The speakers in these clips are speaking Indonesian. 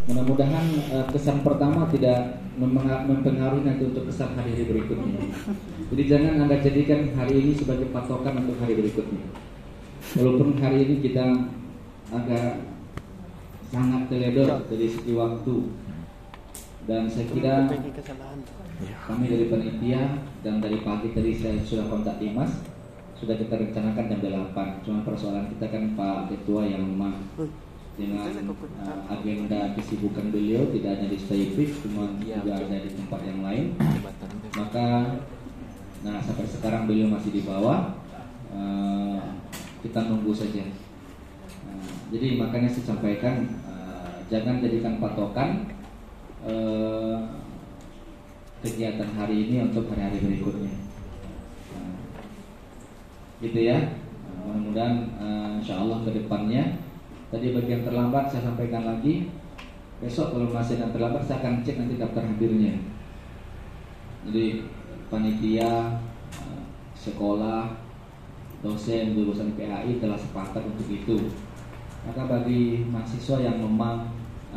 Mudah-mudahan kesan pertama tidak mempengaruhi nanti untuk kesan hari-hari berikutnya. Jadi jangan Anda jadikan hari ini sebagai patokan untuk hari berikutnya. Walaupun hari ini kita agak sangat teledor dari segi waktu, dan saya kira kami dari panitia dan dari pagi tadi saya sudah kontak Dimas, sudah kita rencanakan jam 8. Cuma persoalan kita kan Pak Ketua yang memang dengan agenda kesibukan beliau tidak hanya di Stayfix, cuma juga ada di tempat yang lain. Maka sampai sekarang beliau masih di bawah. Kita nunggu saja. Jadi makanya saya sampaikan, jangan jadikan patokan kegiatan hari ini untuk hari-hari berikutnya. Gitu ya. Mudah-mudahan insya Allah ke depannya. Tadi bagian terlambat saya sampaikan lagi. Besok kalau masih yang terlambat saya akan cek nanti daftar hadirnya. Jadi panitia, sekolah, dosen, jurusan PAI telah sepakat untuk itu. Maka bagi mahasiswa yang memang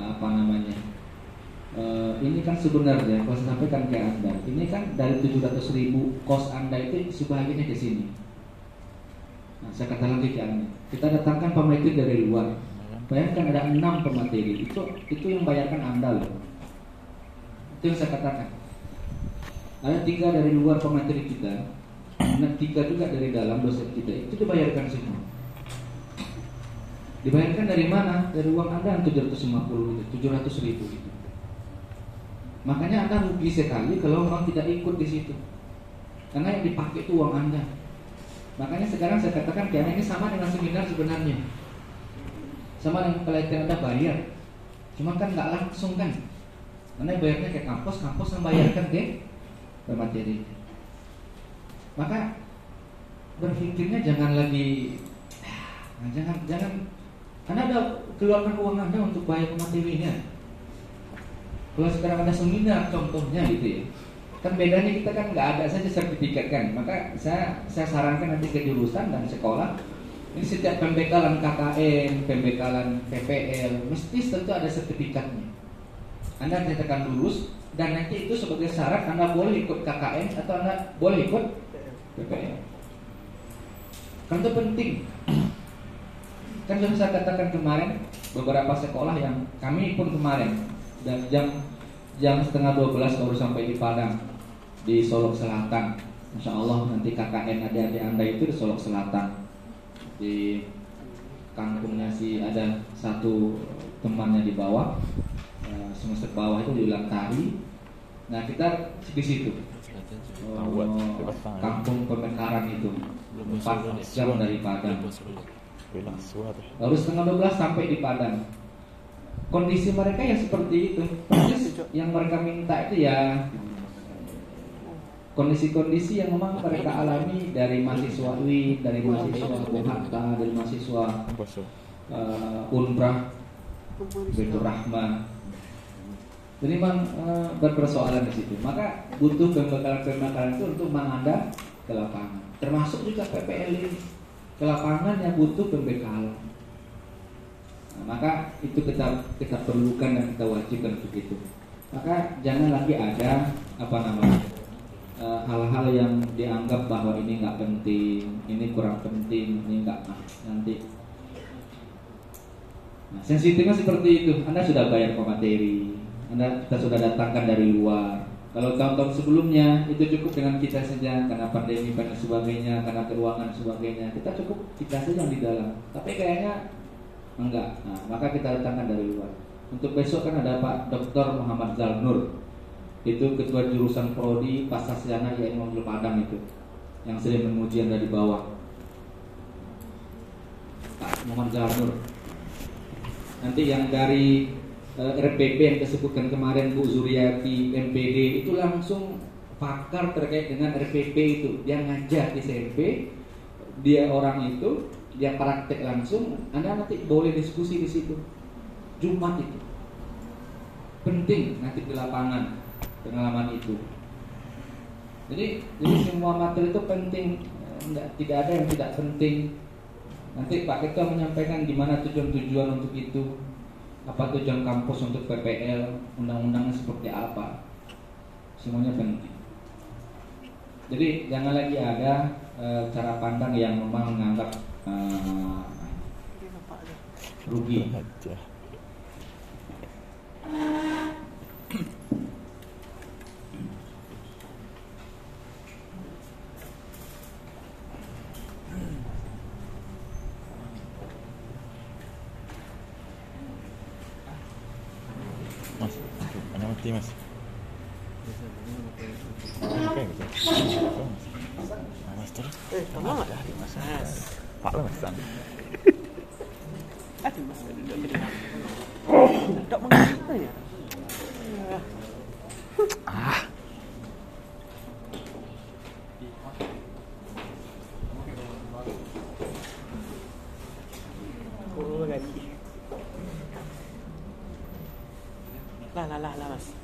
ini kan sebenarnya kalau saya sampaikan ke Anda, ini kan dari 700.000 kos Anda itu sebagiannya ke sini. Saya katakan lagi ke Anda, kita datangkan pemateri dari luar. Bayangkan ada 6 pemateri, itu yang bayarkan Anda loh. Itu yang saya katakan. Ada 3 dari luar pemateri kita, dan 3 juga dari dalam dosen kita. Itu dibayarkan semua. Dibayarkan dari mana? Dari uang Anda yang 700.000 itu. Makanya Anda rugi sekali kalau orang tidak ikut di situ. Karena yang dipakai itu uang Anda. Makanya sekarang saya katakan karena ini sama dengan seminar sebenarnya. Sama dengan pelatihan Anda bayar. Cuma kan nggak langsung kan. Karena bayarnya ke kampus yang bayarkan ke materi. Maka berpikirnya jangan lagi jangan Anda ada keluarkan uang Anda untuk bayar materinya. Kalau sekarang ada seminar contohnya gitu ya, kan bedanya kita kan nggak ada saja sertifikat kan. Maka saya sarankan nanti ke jurusan dan sekolah, ini setiap pembekalan KKN, pembekalan PPL mesti tentu ada sertifikatnya. Anda nyatakan lulus, dan nanti itu sebagai syarat Anda boleh ikut KKN atau Anda boleh ikut PPL. Kan itu penting. Kan sudah saya katakan kemarin, beberapa sekolah yang kami pun kemarin, dan jam setengah 12 baru sampai di Padang, di Solok Selatan. Insya Allah nanti KKN adik-adik Anda itu di Solok Selatan. Di kampungnya ada satu temannya di bawah, semester bawah itu di Ulang Tari. Nah kita di situ, kampung Pemekaran itu 4 jam dari Padang. Baru setengah 12 sampai di Padang. Kondisi mereka yang seperti itu. Persis yang mereka minta itu ya kondisi-kondisi yang memang mereka alami dari mahasiswa UI, dari mahasiswa Bung Hatta, dari mahasiswa Unbrah, Baitur Rahman. Jadi memang berpersoalan di situ. Maka butuh pembekalan itu untuk menganda ke lapangan. Termasuk juga PPL ini. Ke lapangan yang butuh pembekalan. Nah, maka itu kita perlukan dan kita wajibkan untuk itu. Maka jangan lagi ada hal-hal yang dianggap bahwa ini nggak penting, ini kurang penting, ini nggak nanti. Nah, sensitifnya seperti itu. Anda sudah bayar pemateri, kita sudah datangkan dari luar. Kalau tahun-tahun sebelumnya itu cukup dengan kita saja karena pandemi dan sebagainya, karena keuangan sebagainya, kita cukup kita saja yang di dalam. Tapi kayaknya enggak. Nah, maka kita datangkan dari luar. Untuk besok kan ada Pak Dr. Muhammad Zalnur. Itu ketua jurusan prodi Pasasiana YAI Mobil Padang itu, yang sering menguji yang dari bawah. Pak Muhammad Zalnur. Nanti yang dari RPP yang disebutkan kemarin Bu Zuriati MPD itu langsung pakar terkait dengan RPP itu. Dia ngajar di SMP, dia orang itu, dia praktek langsung. Anda nanti boleh diskusi di situ. Jumat itu penting nanti di lapangan pengalaman itu. Jadi semua materi itu penting, tidak ada yang tidak penting. Nanti Pak Ketua menyampaikan gimana tujuan-tujuan untuk itu. apa tujuan kampus untuk PPL, undang-undangnya seperti apa, semuanya penting. Jadi jangan lagi ada cara pandang yang memang menganggap rugi. Mas, mana mati mas? Kayak gitu. Mas terus. Tolong nggak? Mas. Pak lo mas. Aduh mas, tidak mengerti ya. Oh lagi. Lah mas.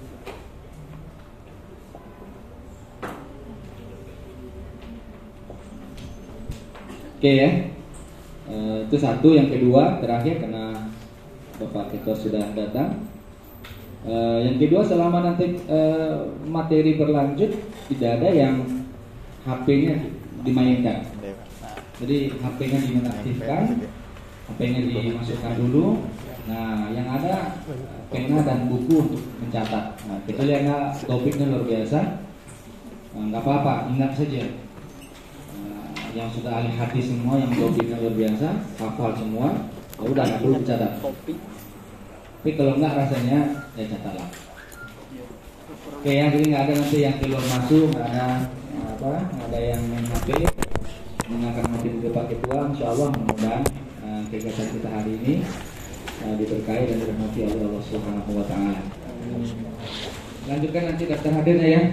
Oke ya, itu satu. Yang kedua terakhir karena Bapak Ketua sudah datang. Yang kedua, selama nanti materi berlanjut tidak ada yang HP-nya dimainkan. Jadi HP-nya dinonaktifkan, HP-nya dimasukkan dulu. Nah, yang ada pena dan buku untuk mencatat. Nah, kita lihat topiknya luar biasa. Nggak apa-apa, ingat saja. Yang sudah ahli hadis semua, yang topiknya luar biasa, hafal semua, ya udah nggak perlu dicatat. Tapi kalau nggak rasanya ya catatlah. Oke ya, jadi nggak ada nanti yang keluar masuk, nggak ada yang main HP, mengangkat materi ke Pak Ketua. Insya Allah mudah-mudahan kegiatan kita hari ini diberkahi dan dirahmati oleh Allah Subhanahu Wa Taala. Lanjutkan nanti daftar hadirnya ya.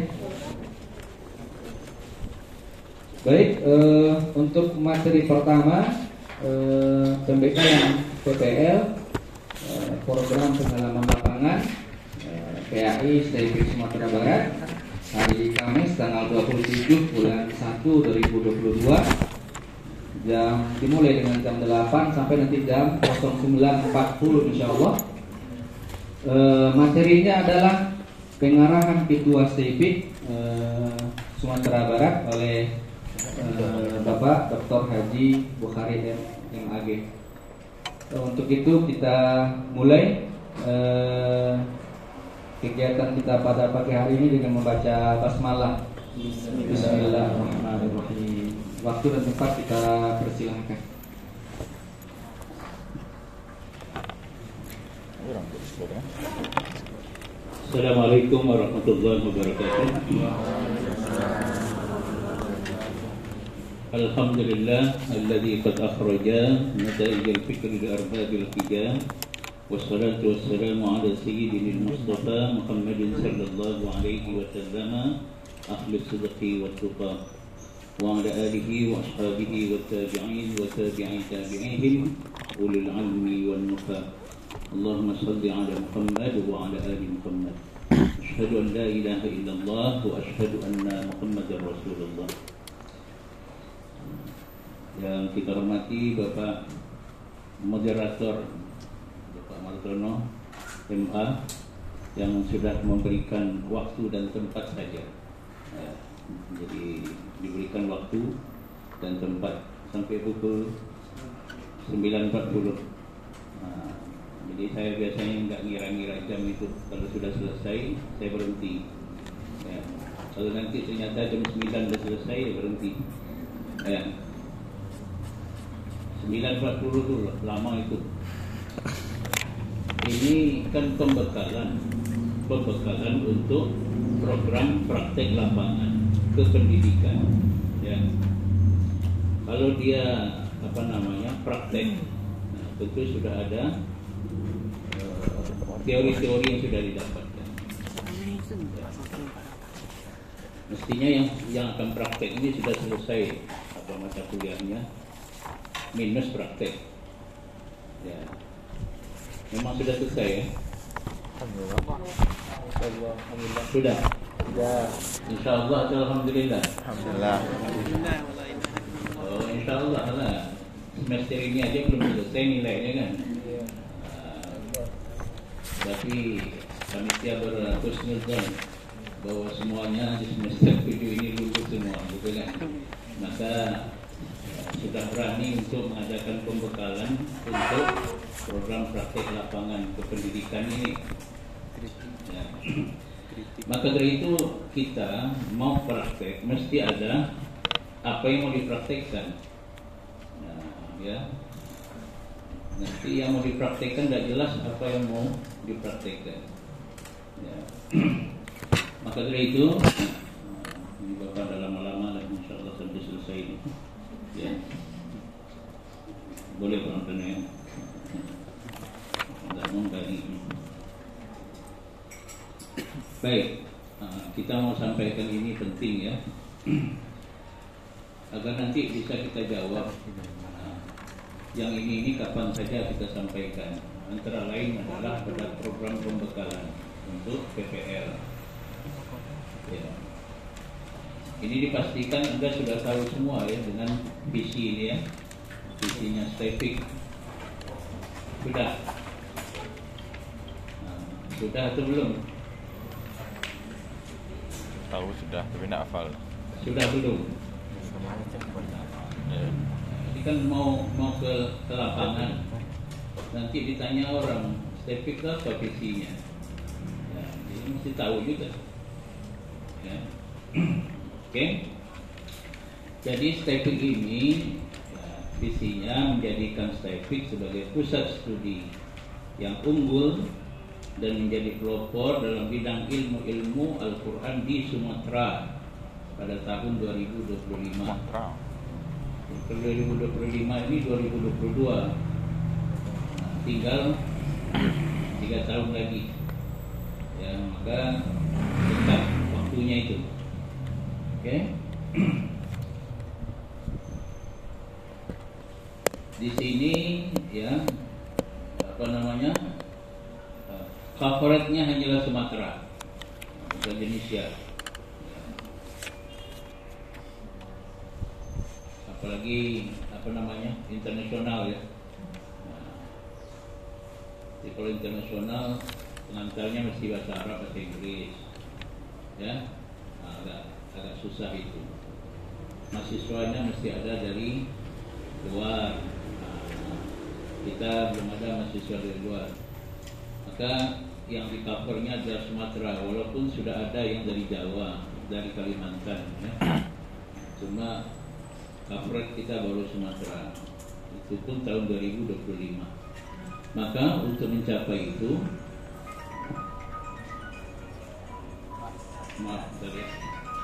Baik, untuk materi pertama pembekalan PPL, program pengalaman lapangan PAI STIP Sumatera Barat, hari Kamis tanggal 27 bulan 1 2022, dimulai dengan jam 8 sampai nanti jam 09.40 insya Allah. Materinya adalah pengarahan Ketua STIP Sumatera Barat oleh Bapak Dr. Haji Bukhari MAG. Untuk itu kita mulai kegiatan kita pada pagi hari ini dengan membaca basmalah. Bismillahirrahmanirrahim. Waktu dan tempat kita persilahkan. Assalamualaikum warahmatullahi wabarakatuh. Alhamdulillah alladzi qad akhraja nataij al-fikr li arbab al-hijab wassalatu wassalamu ala sayyidil mustafa Muhammadin sallallahu alaihi wa sallam ahli sidqi wa tuqa wa ala alihi wa ashabihi wa tabi'in wa tabi'i tabi'ihim ulil ilmi wan nufa. Allahumma salli ala Muhammad wa ala ali Muhammad. Asyhadu an la ilaha illallah wa asyhadu anna Muhammadar Rasulullah. Yang kita hormati Bapak Moderator Bapak Martono MA yang sudah memberikan waktu dan tempat saja. Jadi diberikan waktu dan tempat sampai pukul 9.40. Jadi saya biasanya nggak ngira-ngira jam itu. Kalau sudah selesai saya berhenti. Kalau nanti ternyata jam 9 sudah selesai ya berhenti. 9.40 itu lama itu. Ini kan pembekalan untuk program praktek lapangan kependidikan. Ya. Kalau dia praktek, tentu sudah ada teori-teori yang sudah didapatkan. Mestinya yang akan praktek ini sudah selesai mata kuliahnya minus praktek. Ya. Memang sudah selesai ya? Alhamdulillah. Sudah. Ya. Insyaallah alhamdulillah. Alhamdulillah. Oh, insyaallah lah. Semester ini aja belum selesai nilainya kan. Tapi panitia berhusnuzon bahwa semuanya di semester 7 ini lulus semua, betul kan? Maka sudah berani untuk mengadakan pembekalan untuk program praktek lapangan kependidikan ini. Ya. Maka dari itu kita mau praktek mesti ada apa yang mau dipraktekkan. Nah, ya. Nanti yang mau dipraktekkan tidak jelas apa yang mau dipraktekkan. Ya. Maka dari itu ini Bapak dah lama-lama lah, insya Allah sampai selesai ini. Ya. Boleh penonton ya. Tidak mau kali ini. Baik, kita mau sampaikan ini penting ya, agar nanti bisa kita jawab. Yang ini kapan saja kita sampaikan. Antara lain adalah pada program pembekalan untuk PPL. Ya. Ini dipastikan Anda sudah tahu semua ya dengan visi ini ya, visinya STEPIK. Sudah, sudah atau belum? Tahu sudah, tapi tidak hafal. Sudah belum? Ya. Ini kan mau ke lapangan, nanti ditanya orang STEPIK apa visinya, ya, jadi mesti tahu juga. Ya. Oke. Jadi STEPIK ini ya, visinya menjadikan STEPIK sebagai pusat studi yang unggul dan menjadi pelopor dalam bidang ilmu-ilmu Al-Quran di Sumatera pada tahun 2025. 2025 ini 2022, tinggal 3 tahun lagi. Ya, maka dekat waktunya itu. Oke. Di sini ya apa namanya? Favoritnya hanyalah Sumatera, bukan Indonesia. Apalagi apa namanya internasional ya. Jadi kalau internasional pengantarnya mesti bahasa Arab, bahasa Inggris, ya, agak susah itu. Mahasiswanya mesti ada dari luar. Kita belum ada mahasiswa dari luar. Maka yang di covernya adalah Sumatera, walaupun sudah ada yang dari Jawa, dari Kalimantan ya. Cuma cover kita baru Sumatera, itu pun tahun 2025. Maka untuk mencapai itu, maaf tadi ya.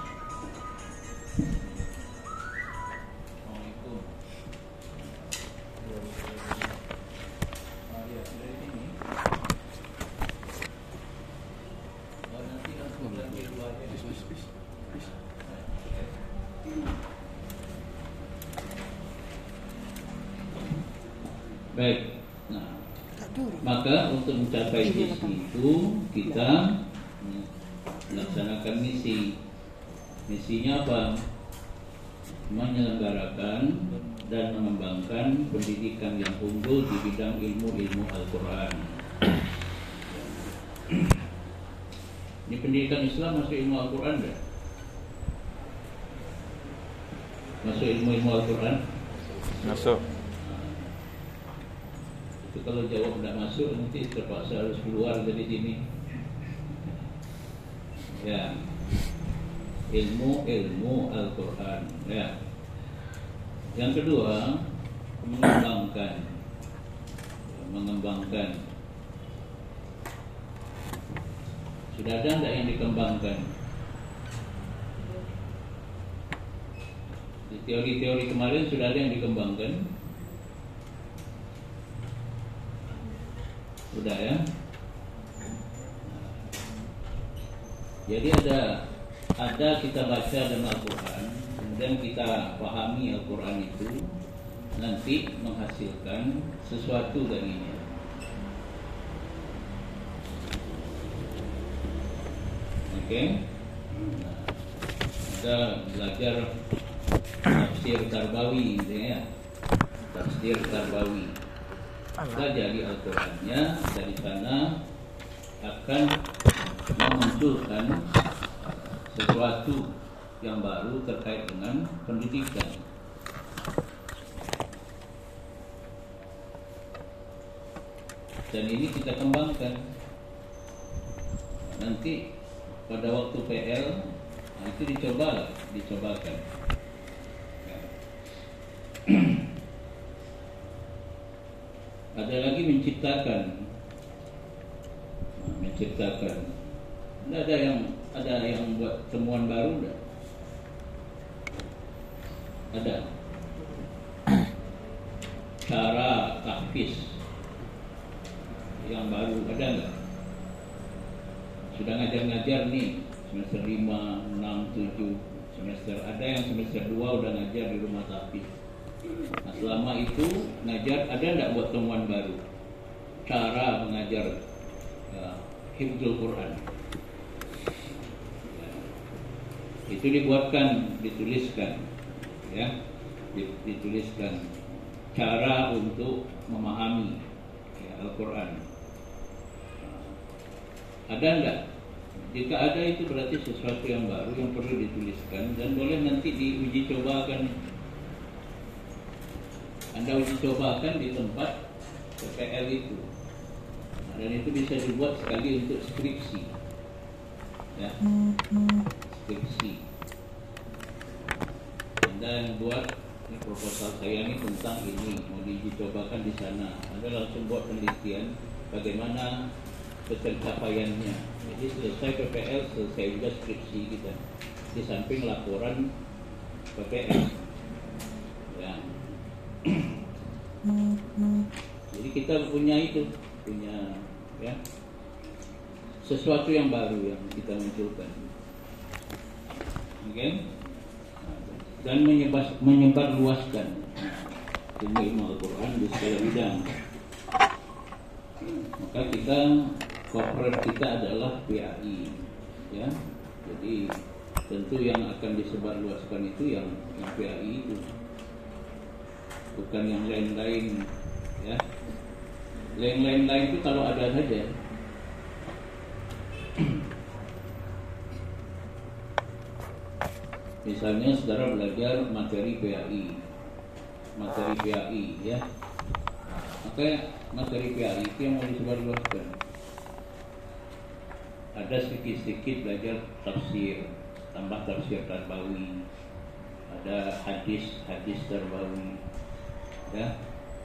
Baik, nah, maka untuk mencapai visi itu kita melaksanakan misi. Misinya apa? Menyelenggarakan dan mengembangkan pendidikan yang unggul di bidang ilmu-ilmu Al-Quran. Ini pendidikan Islam masuk ilmu Al-Quran enggak? Masuk ilmu-ilmu Al-Quran? Masuk. Kalau jawab tidak masuk, nanti terpaksa harus keluar dari sini. Ya, ilmu Al-Quran. Ya. Yang kedua, mengembangkan. Sudah ada tidak yang dikembangkan? Di teori-teori kemarin sudah ada yang dikembangkan? Sudah ya. Jadi ada kita baca dalam Al-Quran, kemudian kita pahami Al-Quran itu nanti menghasilkan sesuatu darinya. Oke. Nah, kita belajar tafsir Tarbawi ya. Tafsir Tarbawi. Kita jadi Al-Qurannya, dari sana akan memunculkan sesuatu yang baru terkait dengan pendidikan. Dan ini kita kembangkan. Nanti pada waktu PL itu dicobakan. Ada lagi menciptakan. Ada yang buat temuan baru enggak? Ada. Cara tahfiz yang baru ada enggak? Sudah ngajar-ngajar nih semester 5, 6, 7 semester. Ada yang semester 2 udah ngajar di rumah tahfiz. Nah, selama itu ngajar, ada enggak buat temuan baru? Cara mengajar hifdzul Quran. Itu dibuatkan, dituliskan, ya, dituliskan cara untuk memahami Al-Quran. Ada enggak? Jika ada, itu berarti sesuatu yang baru yang perlu dituliskan dan boleh nanti diuji cobakan. Anda uji cobakan di tempat PPL itu. Dan itu bisa dibuat sekali untuk skripsi, ya, skripsi. Anda yang buat ini proposal saya ini tentang ini mau diuji cobakan di sana. Anda langsung buat penelitian bagaimana pencapaiannya. Jadi selesai PPL, selesai juga skripsi kita. Di samping laporan PPL, ya. Jadi kita punya ya, sesuatu yang baru yang kita munculkan, oke? Dan menyebar luaskan ilmu Al-Quran di segala bidang. Maka kita corporate kita adalah PAI, ya. Jadi tentu yang akan disebarluaskan itu yang PAI itu, bukan yang lain-lain, ya. Yang lain-lain itu kalau ada saja. Misalnya saudara belajar materi PAI, ya. Maka materi PAI itu yang mau disebarluaskan. Ada sedikit-sedikit belajar tafsir, tambah tafsir tarbawi, ada hadis tarbawi, ya.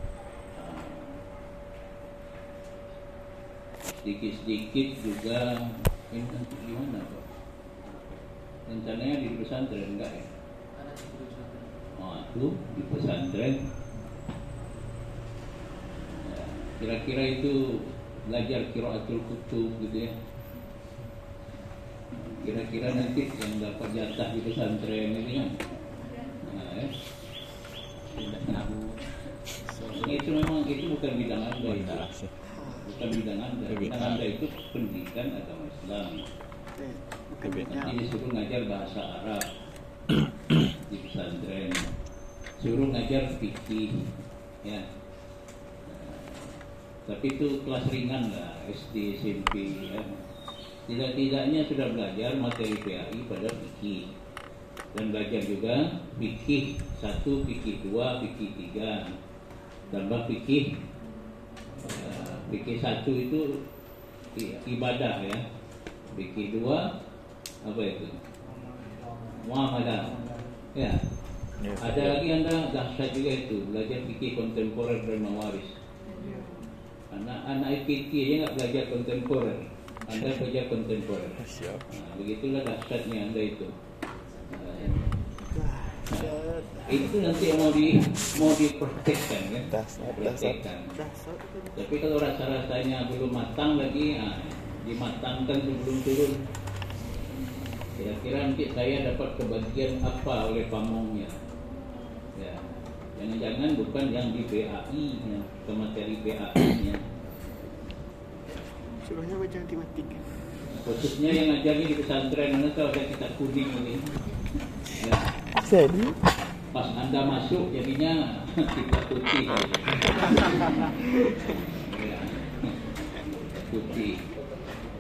Sedikit-sedikit juga ini nanti gimana Pak? Rencananya di pesantren enggak ya? Oh, itu di pesantren. Ya, kira-kira itu belajar qiraatul kutub gitu ya. Kira-kira nanti yang dapat jatah di pesantren ini kan. Nah, ya. Itu memang itu bukan bidang Anda itu. Bukan bidang Anda. Bidang Anda itu pendidikan agama Islam. Nanti disuruh ngajar bahasa Arab di pesantren, suruh ngajar fikih, ya. Tapi itu kelas ringan lah, SD, SMP, ya. Tidak-tidaknya sudah belajar materi PAI pada fikih dan belajar juga fikih 1, fikih 2, fikih 3, tambah fikih 1 itu ibadah, ya. Fikih 2 apa itu? Muamalah. Ya. Ada lagi Anda dahsyat juga itu, belajar fikih kontemporer dan mawaris. Anak IPT aja nggak belajar kontemporer, Anda belajar kontemporer. Nah, begitulah dahsyatnya Anda itu. Itu nanti yang mau dipraktekkan, kan? Praktekkan. Tapi kalau rasa-rasanya belum matang lagi, dimatangkan sebelum turun. Kira-kira nanti saya dapat kebagian apa oleh pamongnya? Ya, jangan-jangan bukan yang di PAI-nya, ke materi PAI-nya. Suruhnya baca matematika. Khususnya yang ngajarnya di pesantren, Anda tahu ada kitab kuning ini. Ya. Jadi Pas Anda masuk jadinya kitab putih. Ya. Putih.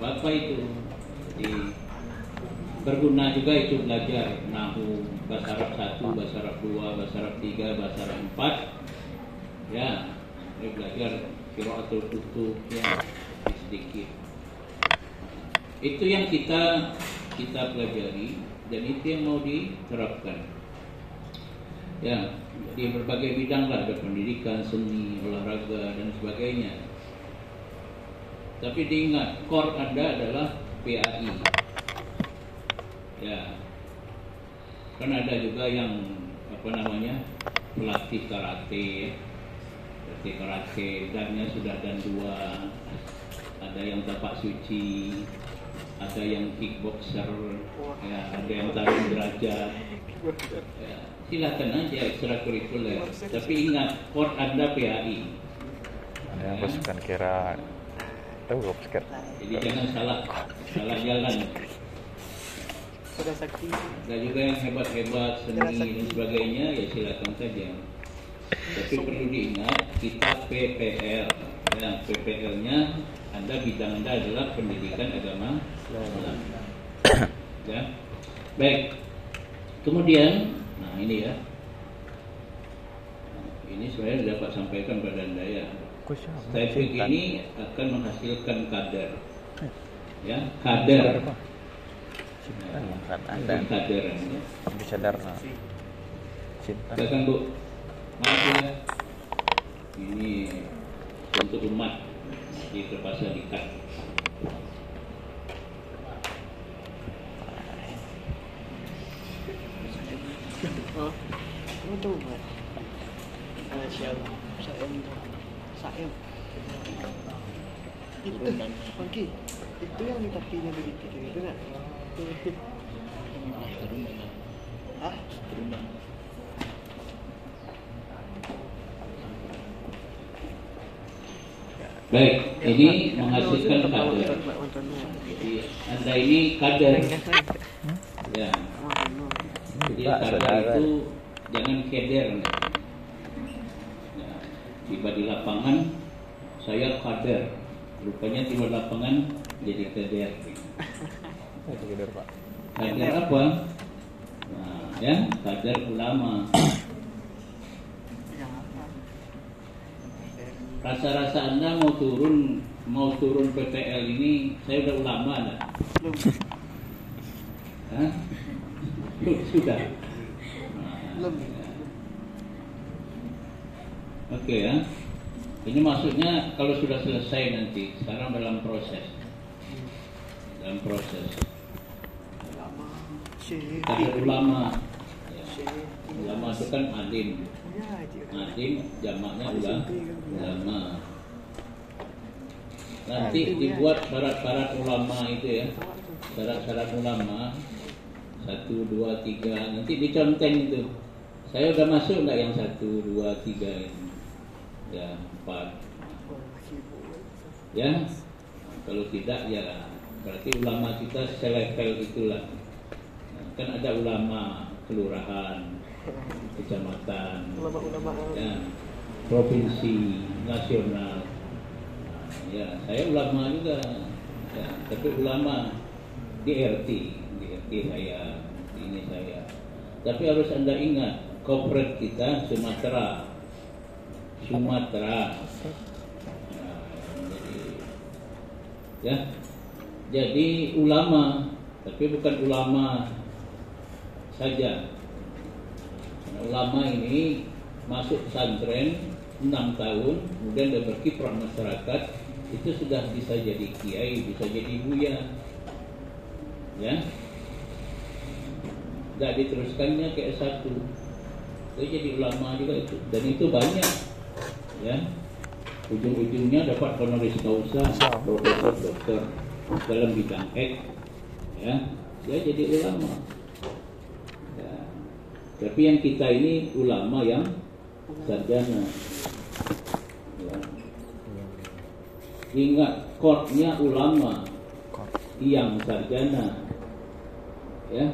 apa-apa itu. Jadi berguna juga itu belajar nahu, bahasa Arab 1, bahasa Arab 2, bahasa Arab 3, bahasa Arab 4. Ya, ini belajar qiraatul kutub ya sedikit. Itu yang kita pelajari dan itu yang mau diterapkan. Ya, di berbagai bidang lah, ada pendidikan, seni, olahraga dan sebagainya. Tapi diingat, core Anda adalah PAI. Ya, kan ada juga yang pelatih karate, dannya sudah dan 2, ada yang tapak suci, ada yang kickboxer, ya, ada yang tarung derajat. Ya, silakan aja ekstrakurikuler, tapi ingat core Anda PAI. Yang pasukan kira tahu gak pasukan. Jadi jangan salah jalan. Sudah sakti. Ada juga yang hebat-hebat seni dan sebagainya, ya silakan saja. Tapi perlu diingat kita PPL. Ya, PPL-nya Anda bidang Anda adalah pendidikan agama Islam. Ya. Baik. Kemudian, nah ini ya. Ini saya dapat sampaikan pada Anda ya. Stipend ini akan menghasilkan kader. Ya, kader. Kader. Bisa darah. Cinta. Silakan Bu. Maaf ya. Ini untuk umat di terpaksa dikat. Oh, kamu tahu nggak? Siapa? Saya. Itu, Oke. Itu yang di kakinya begitu, itu nggak? Hah? Baik, ini menghasilkan kader. Jadi Anda ini kader. Ya. Jadi kader itu jangan keder. Ya. Tiba di lapangan saya kader. Rupanya tiba di lapangan jadi keder. Kader apa? Nah, ya, kader ulama. Rasa-rasa Anda mau turun PPL ini, saya udah ulama enggak? Belum. Hah? Sudah. Belum. Oke ya. Ini maksudnya kalau sudah selesai nanti, sekarang dalam proses. Lama. Syekh. Kader ulama. Ya. Syekh. Ulama itu kan alim. Ya, dia. Alim jamaknya ulama. Nanti dibuat syarat-syarat ulama itu ya. Syarat-syarat ulama 1, 2, 3. Nanti diconteng itu. Saya udah masuk enggak yang 1, 2, 3 ini? Ya, 4. Ya. Kalau tidak ya berarti ulama kita selevel itulah. Kan ada ulama kelurahan, kecamatan, ya, provinsi, nasional. Ya, saya ulama juga. Ya, tapi ulama di RT saya, ini saya. Tapi harus Anda ingat, korporat kita Sumatera. Jadi ulama, tapi bukan ulama saja. Ulama ini masuk pesantren 6 tahun, kemudian dia berkiprah masyarakat, itu sudah bisa jadi kiai, bisa jadi buya. Ya. Tidak diteruskannya ke S1. Dia jadi ulama juga itu, dan itu banyak. Ya. Ujung-ujungnya dapat honoris causa, profesor, doktor dalam bidang X. Ya. Dia jadi ulama. Ya. Tapi yang kita ini ulama yang sarjana. Ya. Ingat, core-nya ulama yang sarjana. Ya.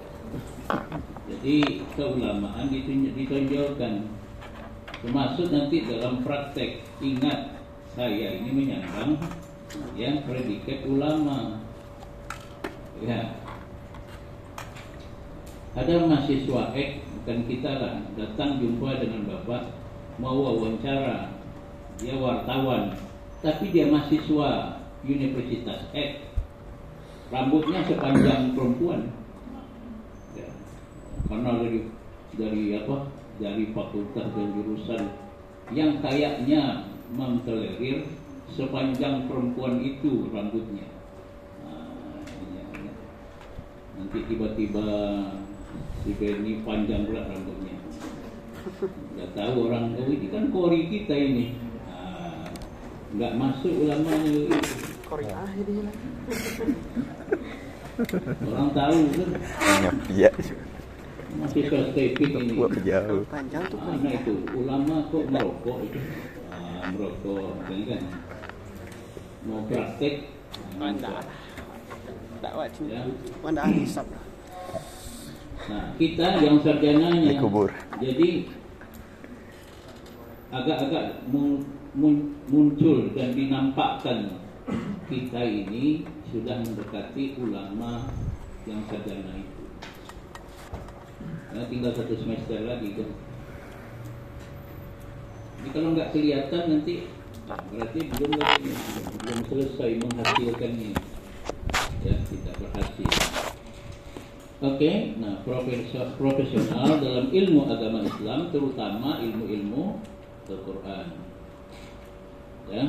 Jadi keulamaan ditonjolkan. Termasuk nanti dalam praktek. Ingat, saya ini menyandang yang predikat ulama. Ya. Ada mahasiswa bukan kita lah, datang jumpa dengan bapak, mau wawancara, dia wartawan, tapi dia mahasiswa Universitas rambutnya sepanjang perempuan. Ya. Karena dari fakultas dan jurusan yang kayaknya mentolerir sepanjang perempuan itu rambutnya. Nanti tiba-tiba si Benny panjang pula rambutnya. Nggak tahu orang, ini kan kori kita ini. Nggak masuk ulamanya itu. Kori akhirnya lah. Orang tahu kan. Iya. Masih perspektif ini. Buat jauh. Panjang tuh. Mana itu ulama kok merokok itu? Merokok kan? Mau praktek? Mana? Tak wajib. Ya. Mana hisap lah. Nah, kita yang sarjananya Dikubur. jadi agak-agak muncul dan dinampakkan kita ini sudah mendekati ulama yang sarjana itu. Nah, tinggal 1 semester lagi kan. Jadi kalau nggak kelihatan nanti berarti belum selesai menghasilkannya. Ya, tidak berhasil. Oke, nah profesional dalam ilmu agama Islam, terutama ilmu-ilmu Al-Quran. Ya.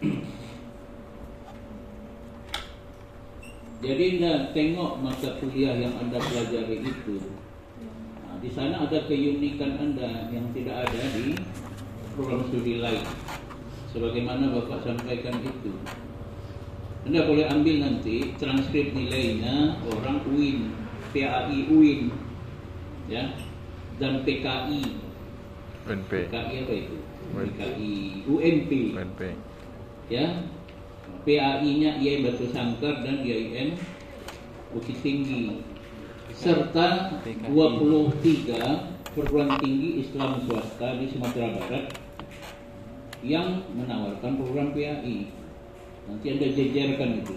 Jadi Anda tengok mata kuliah yang Anda pelajari itu. Nah, di sana ada keunikan Anda yang tidak ada di program studi lain. Sebagaimana Bapak sampaikan itu. Anda boleh ambil nanti transkrip nilainya orang UIN, PAI UIN, ya, dan PKI. UNP. PKI apa itu? PKI UNP. UNP. Ya, PAI-nya IAIN Batu Sangkar dan IAIN Bukit Tinggi, serta 23 perguruan tinggi Islam swasta di Sumatera Barat yang menawarkan program PAI. Nanti Anda jejerkan itu,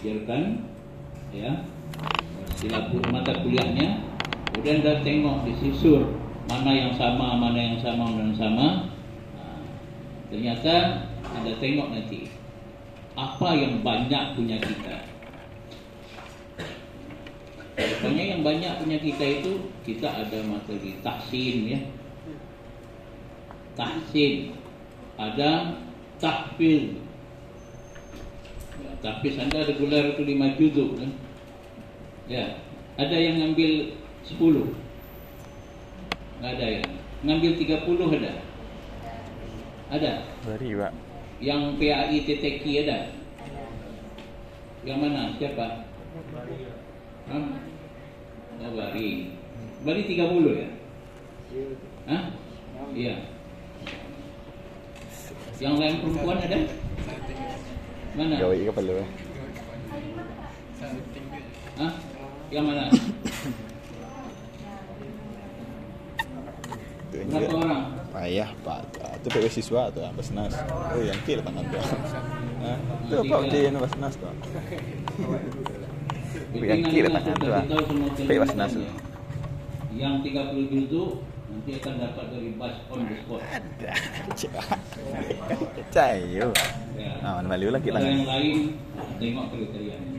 ya, mata kuliahnya. Kemudian Anda tengok disisur mana yang sama. Nah, ternyata Anda tengok nanti apa yang banyak punya kita. Pokoknya yang banyak punya kita itu, kita ada materi tahsin, ya, tahsin, ada tahfidz. Ya, tahfidz Anda reguler itu 5 juzuk kan? Ya, ada yang ngambil 10, nggak ada yang ngambil 30 ada. Ada. Bari, Pak. Yang PAI TTQ ada. Yang mana? Siapa? Oh, Bari 30 ya? Hah? Iya. Yang lain perempuan ada? Mana? Gawi ke perlu. Hah? Yang mana? Berapa orang? Payah, Pak. Itu PW siswa tuh, Basnas. Oh, yang kiri tangan tuh. Nah, itu apa dia yang Basnas tuh? Yang kiri tangan tuh. PW Basnas. Yang 30 juzuk nanti akan dapat dari bus on the spot. Ada. Cayo. Ya. Ah, mana malu lagi Kalau tangan. yang lain tengok kriterianya.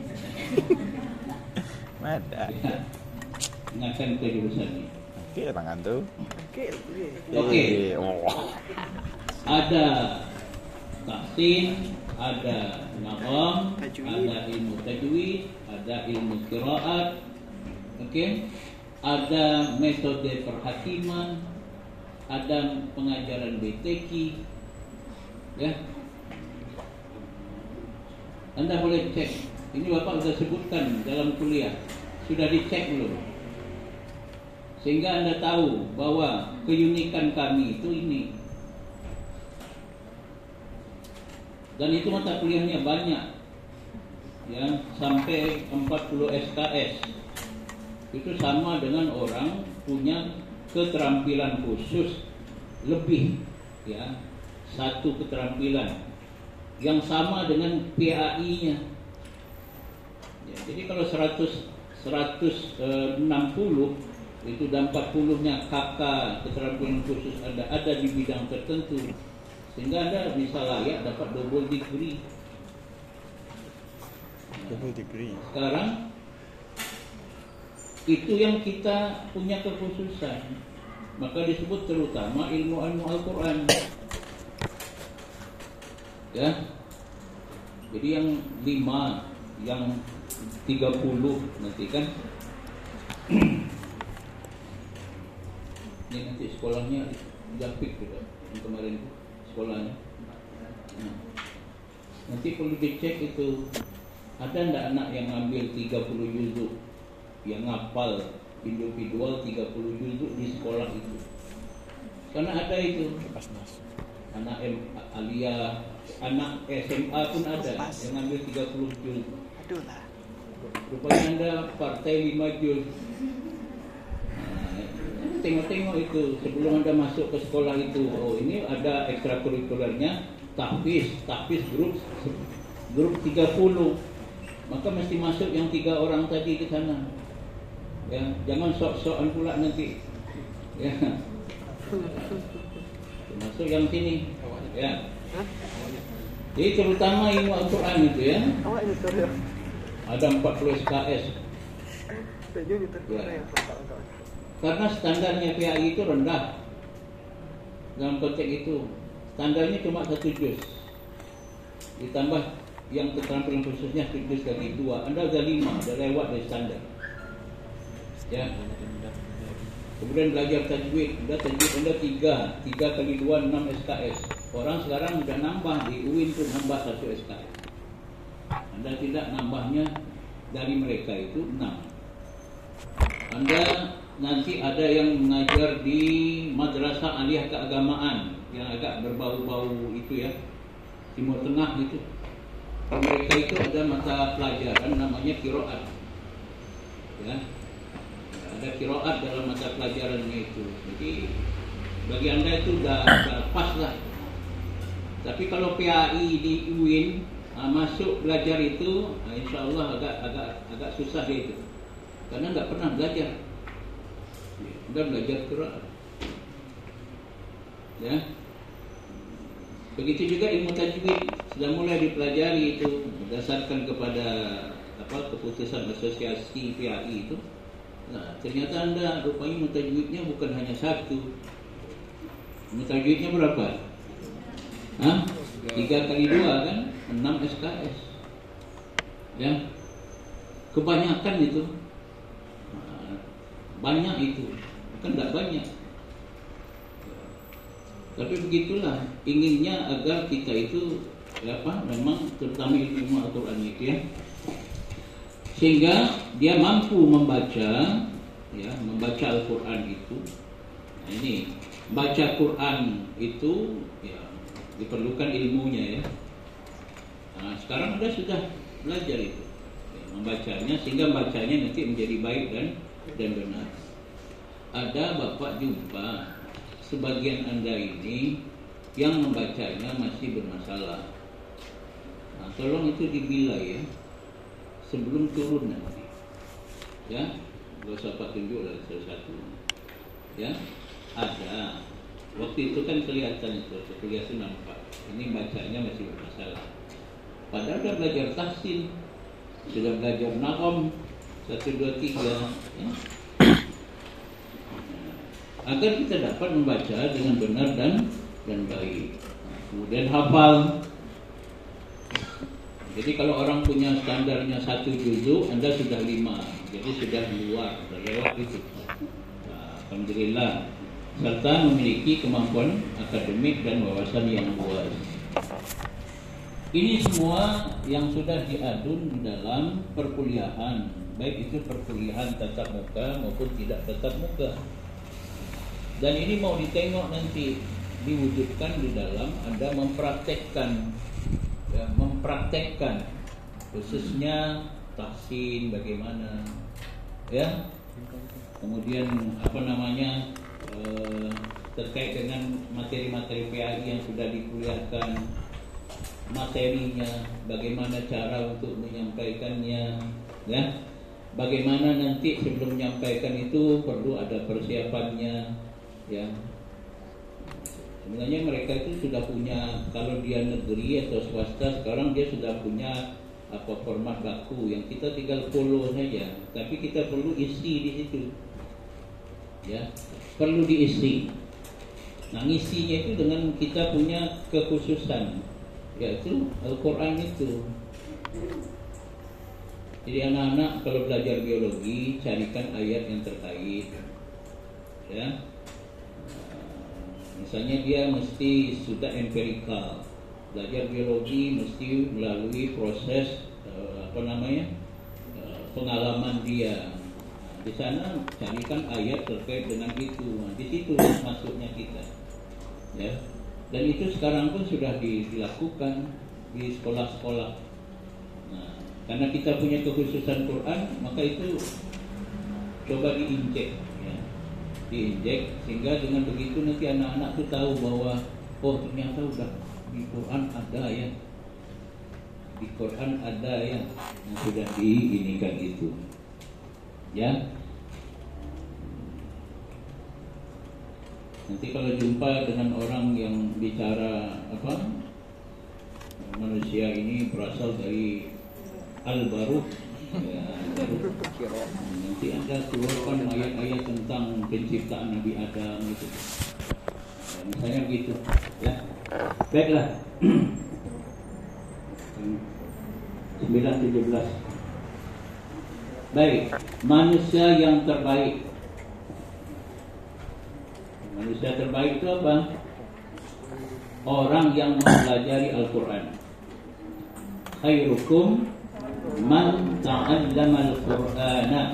Ada. Ya. Ingatkan ke jurusan ini. Kiri tangan tuh. Oke. Oh. Ada tahsin, ada naham, ada ilmu tajwid, ada ilmu qiraat, oke, ada metode perhakiman, ada pengajaran BTQ, ya. Anda boleh cek. Ini Bapak sudah sebutkan dalam kuliah, sudah dicek belum? Sehingga Anda tahu bahwa keunikan kami itu ini. Dan itu mata kuliahnya banyak, ya, sampai 40 SKS. Itu sama dengan orang punya keterampilan khusus lebih, ya, 1 keterampilan. yang sama dengan PAI-nya. Ya, jadi kalau 160 itu dan 40-nya KK keterampilan khusus ada di bidang tertentu, sehingga Anda bisa layak dapat double degree. Double degree. Sekarang itu yang kita punya kekhususan, maka disebut terutama ilmu Al-Quran. Ya, jadi yang 5, yang 30 nanti kan. Ini nanti sekolahnya Japik juga yang kemarin sekolahnya. Nah, nanti perlu dicek itu ada ndak anak yang ngambil 30 juzuk, yang ngapal individual 30 juzuk di sekolah itu. Karena ada itu anak Aliyah, anak SMA pun ada yang ngambil 30 juzuk. Aduh lah. Rupanya Anda partai 5 juz. Tengok-tengok itu sebelum Anda masuk ke sekolah itu. Oh, ini ada ekstrakurikulernya tahfiz grup 30. Maka mesti masuk yang 3 orang tadi ke sana. Ya, jangan sok-sokan pula nanti. Ya. Masuk yang sini. Ya. Jadi terutama ilmu Al-Quran itu ya. Awak ini tuh ya. Ada 40 SKS. Tujuh itu Ya. yang kawan-kawan. Karena standarnya PAI itu rendah. Dalam konteks itu standarnya cuma 1 juz. Ditambah yang keterampilan khususnya 1 juz kali 2. Anda sudah 5, sudah lewat dari standar. Ya. Kemudian belajar tajwid, tajwid Anda 3 kali 2 6 SKS. Orang sekarang sudah nambah di UIN itu nambah 1 SKS. Anda tidak nambahnya dari mereka itu 6. Anda nanti ada yang mengajar di madrasah aliyah keagamaan yang agak berbau-bau itu ya, Timur Tengah gitu. Mereka itu ada mata pelajaran namanya qiraat. Ya. Ada qiraat dalam mata pelajarannya itu. Jadi bagi Anda itu udah pas lah. Tapi kalau PAI di UIN masuk belajar itu, insya Allah agak susah dia itu. Karena nggak pernah belajar. Udah belajar Quran. Ya. Begitu juga ilmu tajwid sudah mulai dipelajari itu berdasarkan kepada keputusan asosiasi PAI itu. Nah, ternyata Anda rupanya ilmu tajwidnya bukan hanya 1. Ilmu tajwidnya berapa? 3 kali 2 kan 6 SKS. Ya. Kebanyakan itu. Banyak itu. Kan tidak banyak. Tapi begitulah inginnya agar kita itu memang terutama ilmu Al-Quran itu ya, sehingga dia mampu membaca Al-Quran itu. Nah, ini baca Quran itu ya diperlukan ilmunya ya. Nah, sekarang Anda sudah belajar itu ya, membacanya, sehingga bacanya nanti menjadi baik dan benar. Ada Bapak jumpa sebagian Anda ini yang membacanya masih bermasalah. Nah, tolong itu dibilai ya sebelum turun nanti. Ya, gak usah Pak tunjuk lah satu-satu. Ya, ada. Waktu itu kan kelihatan itu, kelihatan nampak. Ini bacanya masih bermasalah. Padahal sudah belajar tahsin, sudah belajar naqam 1, 2, 3. Ya. Agar kita dapat membaca dengan benar dan baik. Kemudian hafal. Jadi kalau orang punya standarnya 1 juzuk, Anda sudah 5. Jadi sudah luar, sudah lewat itu. Nah, alhamdulillah. Serta memiliki kemampuan akademik dan wawasan yang luas. Ini semua yang sudah diadun di dalam perkuliahan, baik itu perkuliahan tatap muka maupun tidak tatap muka. Dan ini mau ditengok nanti diwujudkan di dalam Anda mempraktekkan, khususnya tahsin bagaimana, ya. Kemudian terkait dengan materi-materi PAI yang sudah dikuliahkan. materinya, bagaimana cara untuk menyampaikannya, ya. Bagaimana nanti sebelum menyampaikan itu perlu ada persiapannya, ya. Sebenarnya mereka itu sudah punya, kalau dia negeri atau swasta sekarang dia sudah punya format baku yang kita tinggal follow saja, tapi kita perlu isi di situ, ya, perlu diisi. Nah, ngisinya itu dengan kita punya kekhususan, yaitu Al-Quran itu. Jadi anak-anak kalau belajar biologi carikan ayat yang terkait, ya. Misalnya dia mesti sudah empirikal, belajar biologi mesti melalui proses pengalaman dia. Di sana carikan ayat terkait dengan itu. Nah, di situ masuknya kita, ya. Dan itu sekarang pun sudah dilakukan di sekolah-sekolah. Nah, karena kita punya kekhususan Quran, maka itu coba diinjek, ya. Diinjek sehingga dengan begitu nanti anak-anak tuh tahu bahwa oh ternyata udah di Quran ada ya, di Quran ada yang sudah diinikan itu, ya. Nanti kalau jumpa dengan orang yang bicara manusia ini berasal dari Al-Baruh, ya, nanti Anda keluarkan ayat-ayat tentang penciptaan Nabi Adam itu, ya, misalnya begitu, ya. Baiklah. 9:17. Baik, manusia yang terbaik. Manusia terbaik itu apa? Orang yang mempelajari Al-Quran. Khairukum man ta'allama al-Qur'ana.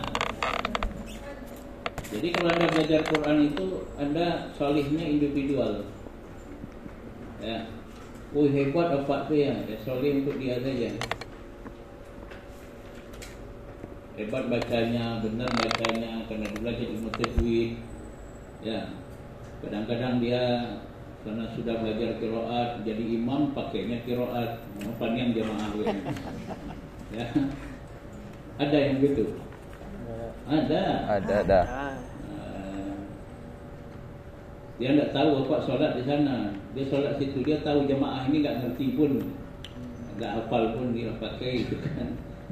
Jadi kalau Anda belajar Quran itu Anda solihnya individual, ya. Oh hebat apa tuh ya, solih untuk dia saja. Hebat bacanya, benar bacanya, karena dia belajar ilmu tajwid, ya. Kadang-kadang dia karena sudah belajar qiraat, jadi imam pakainya qiraat, panjang jamaah ya. Ada yang gitu? Ada. Dia tidak tahu apa solat di sana. Dia solat situ, dia tahu jamaah ini nggak ngerti pun, nggak hafal pun dia pakai itu kan.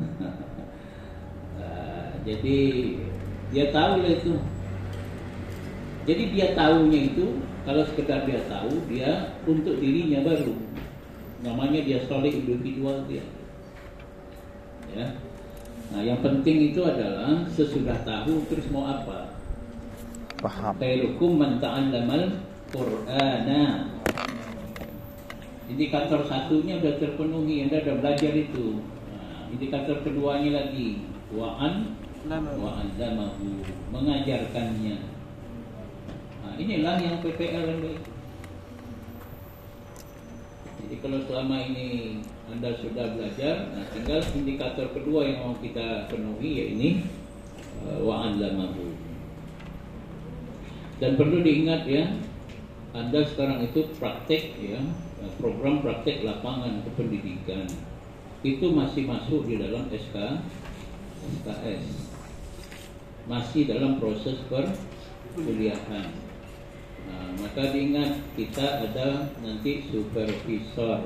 Jadi dia tahu lah itu. Jadi dia tahunya itu, kalau sekedar dia tahu, dia untuk dirinya baru. Namanya dia soleh individual dia. Ya. Nah, yang penting itu adalah sesudah tahu terus mau apa. Paham. Khairukum man ta'allamal Qur'ana. Indikator satunya sudah terpenuhi, Anda sudah belajar itu. Nah, indikator keduanya lagi wa'allamahu, mengajarkannya. Nah, inilah yang PPL yang baik. Jadi kalau selama ini Anda sudah belajar, nah tinggal indikator kedua yang mau kita penuhi, yaitu wa'allamahu. Dan perlu diingat ya, Anda sekarang itu praktek ya, program praktek lapangan kependidikan itu masih masuk di dalam SKS, masih dalam proses perkuliahan. Nah, maka diingat kita ada nanti supervisor,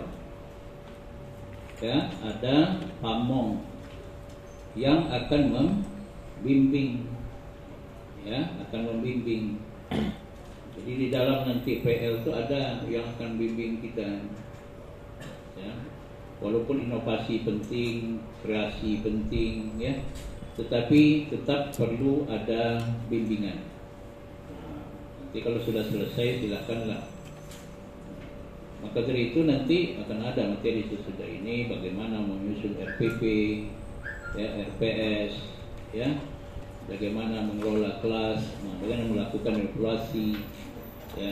ya, ada pamong yang akan membimbing, ya, akan membimbing. Jadi di dalam nanti PL itu ada yang akan bimbing kita, ya. Walaupun inovasi penting, kreasi penting, ya, tetapi tetap perlu ada bimbingan. Nanti kalau sudah selesai silakanlah. Maka dari itu nanti akan ada materi sesudah ini, bagaimana menyusun RPP, ya, RPS, ya, bagaimana mengelola kelas, bagaimana melakukan evaluasi, ya.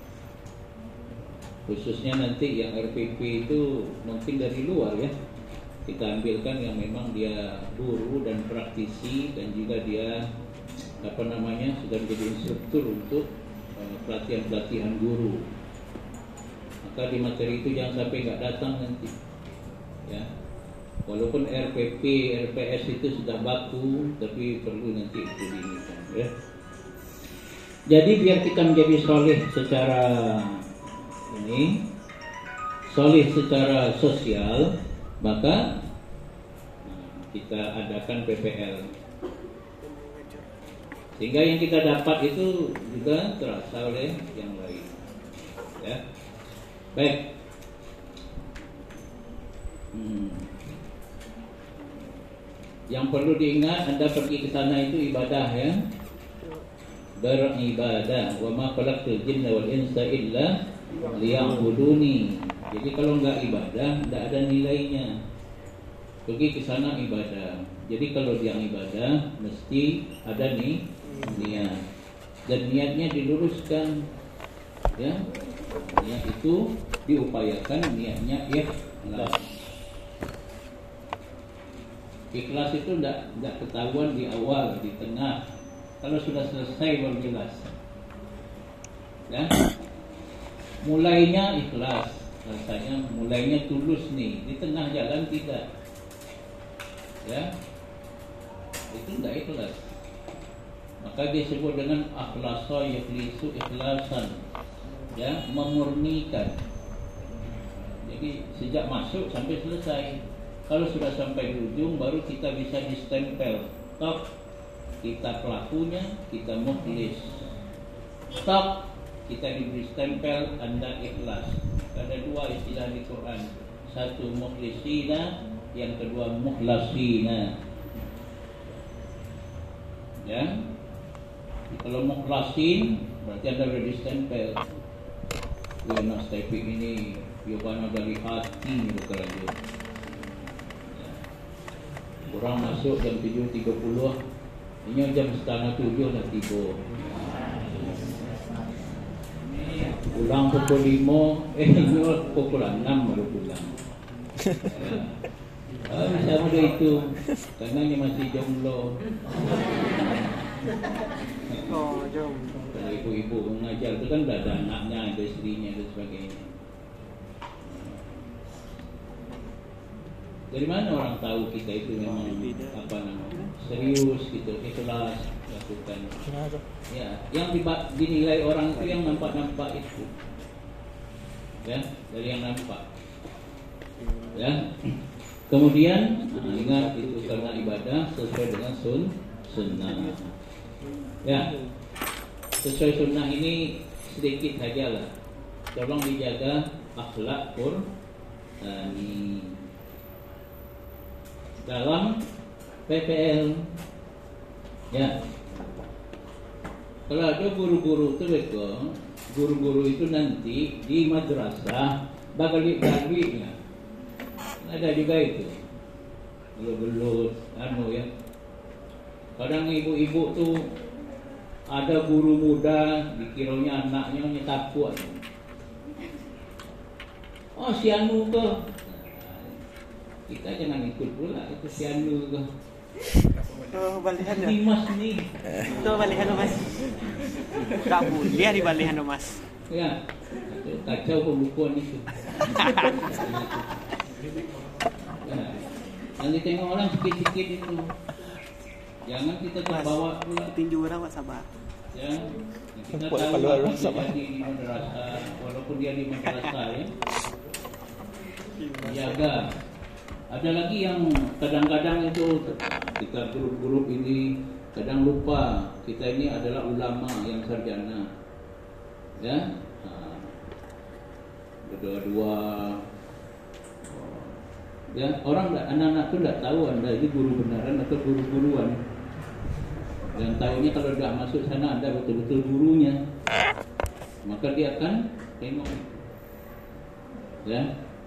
Khususnya nanti yang RPP itu mungkin dari luar ya, kita ambilkan yang memang dia guru dan praktisi dan juga dia sudah menjadi instruktur untuk pelatihan-pelatihan guru. Maka Maka di materi itu jangan sampai nggak datang nanti. Ya. Walaupun RPP, RPS itu sudah baku, tapi perlu nanti itu diingatkan. Ya. Jadi biar kita menjadi soleh secara ini, soleh secara sosial, maka kita adakan PPL. Sehingga yang kita dapat itu juga terasa oleh yang lain. Ya. Baik. Yang perlu diingat, Anda pergi ke sana itu ibadah, ya. Beribadah. Wa ma khalaqtul jinna wal insa illa liya'buduni. Jadi kalau enggak ibadah, enggak ada nilainya. Pergi ke sana ibadah. Jadi kalau dia ibadah, mesti ada nih niat. Dan niatnya diluruskan. Ya. Niat itu diupayakan, niatnya ikhlas. Ikhlas itu tidak ketahuan di awal, di tengah. Kalau sudah selesai baru jelas. Ya. Mulainya ikhlas, rasanya mulainya tulus nih. Di tengah jalan tidak. Ya. Itu tidak ikhlas. Maka disebut dengan akhlasa yakhlisu ikhlasan. Ya, memurnikan. Jadi sejak masuk sampai selesai. Kalau sudah sampai di ujung baru kita bisa distempel. Stop, kita pelakunya, kita mukhlis. Stop, kita diberi stempel Anda ikhlas. Ada dua istilah di Quran. Satu mukhlisina, yang kedua mukhlasina. Ya. Kalau mukhlasin berarti Anda sudah distempel. Ya, Mas Taufik ini Yobana dari hati bukan aja. Orang masuk jam 7.30, ini jam setengah 7 dah tiba. Pulang pukul 5, ini pukul 6 baru pulang. Sama dia itu, karena dia masih jomblo. Oh, jomblo. Kalau ibu-ibu mengajar itu kan ada anaknya, ada istrinya dan sebagainya. Dari mana orang tahu kita itu memang apa namanya serius gitu, ikhlas lakukan. Ya, yang dinilai orang itu yang nampak itu. Ya, dari yang nampak. Ya. Kemudian ingat itu karena ibadah sesuai dengan sunnah. Ya. Sesuai sunnah ini sedikit sajalah. Tolong dijaga akhlak Qur'ani. Dalam PPL, ya. Kalau ada guru-guru itu, guru-guru itu nanti di madrasah bakal dibagi-baginya. Ada juga itu, gelut-gelut, ya. Kadang ibu-ibu tuh ada guru muda, dikiranya anaknya takut. Oh, si anu tuh. Kita jangan ikut pula itu si anu tuh. Oh, balihan ya. Dimas nih. Itu balihan Mas. Tak boleh di balihan Mas. Ya. Itu kacau pembukuan itu. Ya. Nanti tengok orang sikit-sikit itu. Jangan kita terbawa pula. Tinju orang Pak sabar. Ya. Kita tahu apa di madrasah, walaupun dia di madrasah ya. Jaga. Ada lagi yang kadang-kadang itu kita grup-grup ini kadang lupa kita ini adalah ulama yang sarjana, ya. Berdua-dua, ya orang anak-anak itu tidak tahu Anda ini guru beneran atau guru-guruan. Dan tahunya kalau sudah masuk sana Anda betul-betul gurunya, maka dia akan tengok, ya.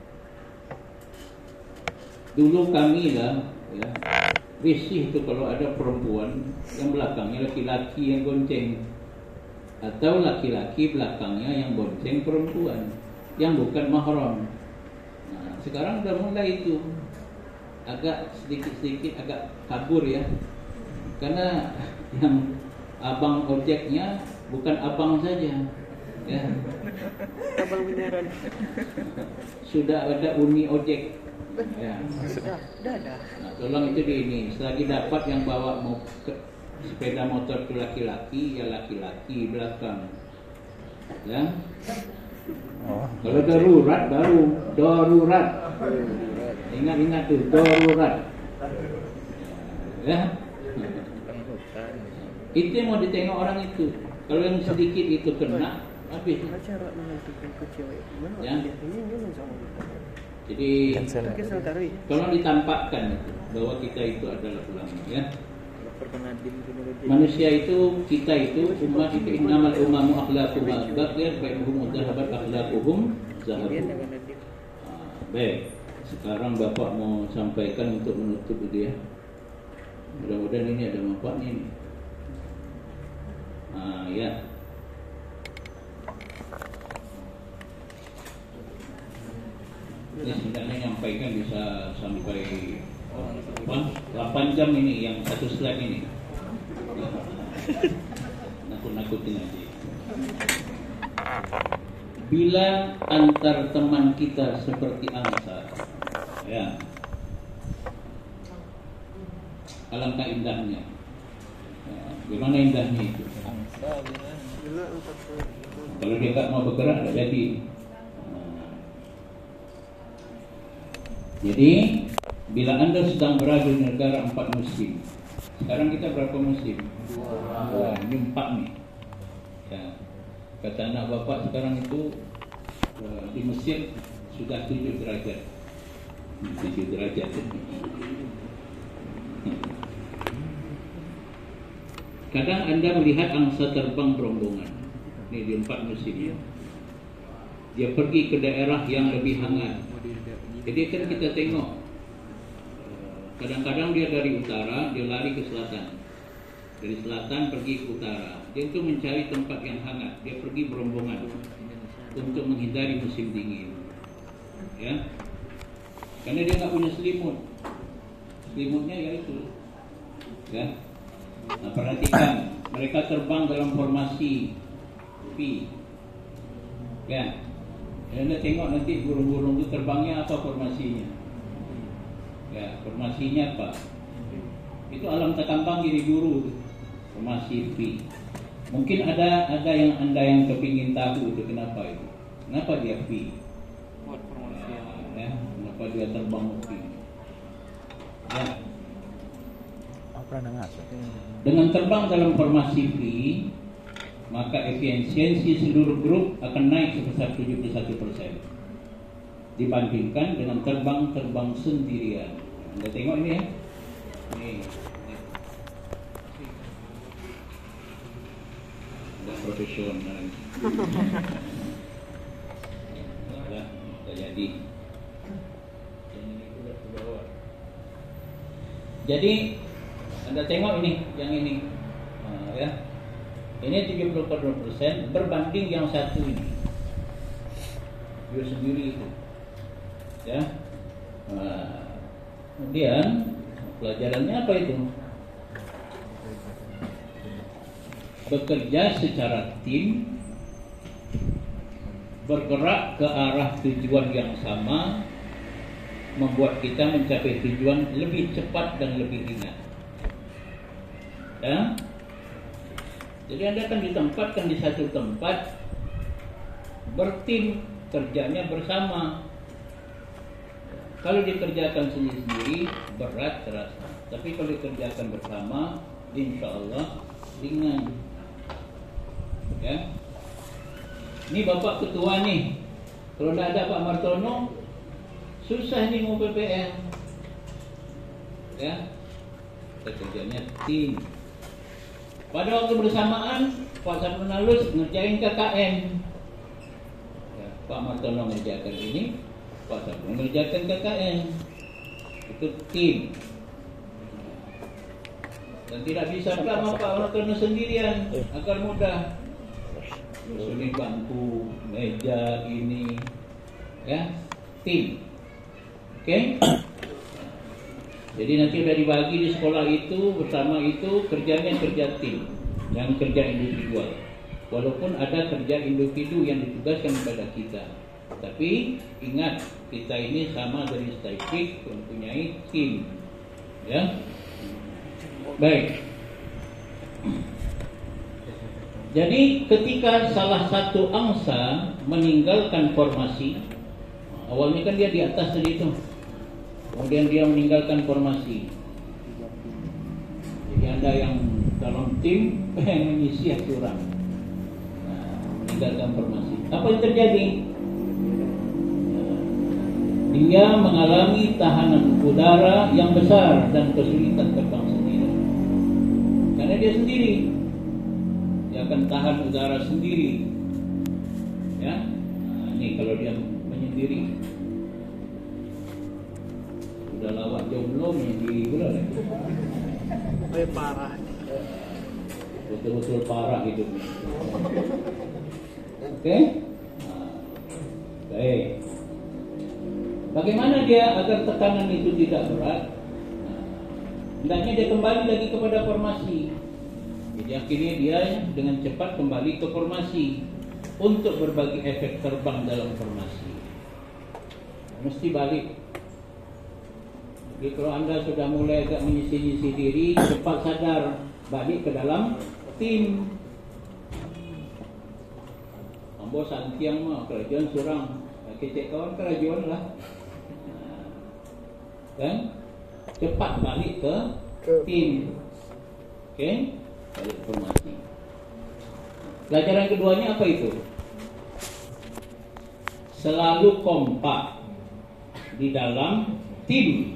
Dulu kami lah, ya, risih itu kalau ada perempuan yang belakangnya laki-laki yang gonceng, atau laki-laki belakangnya yang gonceng perempuan yang bukan mahram. Nah, sekarang udah mulai itu agak sedikit-sedikit agak kabur ya, karena yang abang objeknya bukan abang saja, Ya. Abang beneran. Sudah ada uni ojek. Ya. Dah. Nah, tolong itu di ini. Selagi dapat yang bawa mau sepeda motor itu laki-laki, ya laki-laki belakang. Ya. Oh. Kalau darurat baru darurat. Ingat tuh darurat. Ya. Itu yang mau ditengok orang itu. Kalau yang sedikit itu kena, habis. Cara menentukan ke cewek. Ya. Ini sama. Jadi tolong ditampakkan itu, bahwa kita itu adalah ulama, ya. Manusia itu, kita itu umat itu innamal umamu akhlaquhum baqiyat bainahum dhahabat akhlaquhum zahabu. Baik, sekarang Bapak mau sampaikan untuk menutup itu ya. Mudah-mudahan ini ada manfaatnya ini. Ya. Ini sebenarnya nyampaikan bisa sampai 8 jam ini yang satu slide ini. Nakut-nakutin aja. Bila antar teman kita seperti angsa, ya, alangkah indahnya. Ya, gimana indahnya itu? Kalau dia tak mau bergerak, tak jadi. Jadi, bila Anda sedang berada di negara 4 musim, sekarang kita berapa musim? 2. Ini 4 nih. Ya. Kata anak bapak sekarang itu di Mesir sudah 7 derajat. 7 derajat. Kadang Anda melihat angsa terbang berombongan. Ini di 4 musim. Dia pergi ke daerah yang lebih hangat. Jadi kan kita tengok, kadang-kadang dia dari utara, dia lari ke selatan. Dari selatan pergi ke utara. Dia itu mencari tempat yang hangat. Dia pergi berombongan untuk menghindari musim dingin. Ya, karena dia nggak punya selimut. Selimutnya ya itu. Ya. Nah, perhatikan, mereka terbang dalam formasi V. Ya. Anda tengok nanti burung-burung itu terbangnya apa formasinya? Ya, formasinya apa? Itu alam terkambang jadi guru, formasi V. Mungkin ada yang Anda yang kepingin tahu itu kenapa itu? Kenapa dia V? Ya, kenapa dia terbang V? Ya. Dengan terbang dalam formasi V, maka efisiensi seluruh grup akan naik sebesar 71% dibandingkan dengan terbang sendirian. Anda tengok ini ya. Ini. Sudah profesional. Sudah jadi. Jadi Anda tengok ini, yang ini. Ya. Ini 70% berbanding yang satu ini. Dia sendiri itu. Ya. Kemudian pelajarannya apa itu? Bekerja secara tim, bergerak ke arah tujuan yang sama, membuat kita mencapai tujuan lebih cepat dan lebih ringan. Ya. Jadi Anda akan ditempatkan di satu tempat, bertim, kerjanya bersama. Kalau dikerjakan sendiri-sendiri berat terasa. Tapi kalau dikerjakan bersama, insya Allah ringan. Ya. Ini Bapak Ketua nih. Kalau tidak ada Pak Martono, susah nih mau PPL. Ya. Kita kerjanya tim. Pada waktu bersamaan, Pak Sapnalus ngerjain KKN. Ya, Pak Martono mengerjakan ini, Pak Sapnalus mengerjakan KKN. Itu tim. Dan tidak bisa sama Pak Martono sendirian, agar mudah. Susun bangku, meja ini, ya, tim. Oke? Jadi nanti sudah dibagi di sekolah itu, bersama itu kerjanya kerja tim, yang kerja individual. Walaupun ada kerja individu yang ditugaskan kepada kita, tapi ingat kita ini sama dari Taifik mempunyai tim, ya. Baik. Jadi ketika salah satu angsa meninggalkan formasi, awalnya kan dia di atas tadi itu, kemudian dia meninggalkan formasi. Jadi Anda yang dalam tim pengen mengisi aturan, meninggalkan formasi. Apa yang terjadi? Dia mengalami tahanan udara yang besar dan kesulitan terbang sendiri. Karena dia sendiri, dia akan tahan udara sendiri. Ya, ini kalau dia menyendiri, udah lawak jomblo menyendiri pula lagi. Parah. Betul-betul parah hidupnya. Oke? Baik. Bagaimana dia agar tekanan itu tidak berat? Hendaknya dia kembali lagi kepada formasi. Jadi akhirnya dia dengan cepat kembali ke formasi untuk berbagi efek terbang dalam formasi. Mesti balik. Jadi kalau Anda sudah mulai agak menyisi-nyisi diri, cepat sadar, balik ke dalam tim. Ambo santiang mah kerajaan surang, kecek kawan kerajaan lah. Dan cepat balik ke tim. Oke, balik ke formasi. Pelajaran keduanya apa itu? Selalu kompak di dalam tim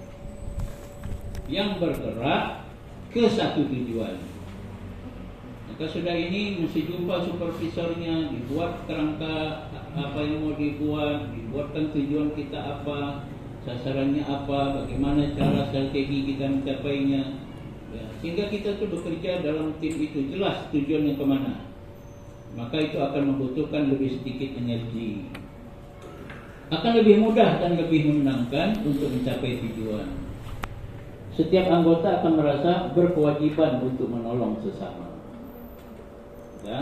yang bergerak ke satu tujuan. Maka sudah ini mesti jumpa supervisornya, dibuat kerangka apa yang mau dibuatkan tujuan kita apa, sasarannya apa, bagaimana cara strategi kita mencapainya, ya, sehingga kita tuh bekerja dalam tim itu jelas tujuannya kemana. Maka itu akan membutuhkan lebih sedikit energi, akan lebih mudah dan lebih menyenangkan untuk mencapai tujuan. Setiap anggota akan merasa berkewajiban untuk menolong sesama. Ya,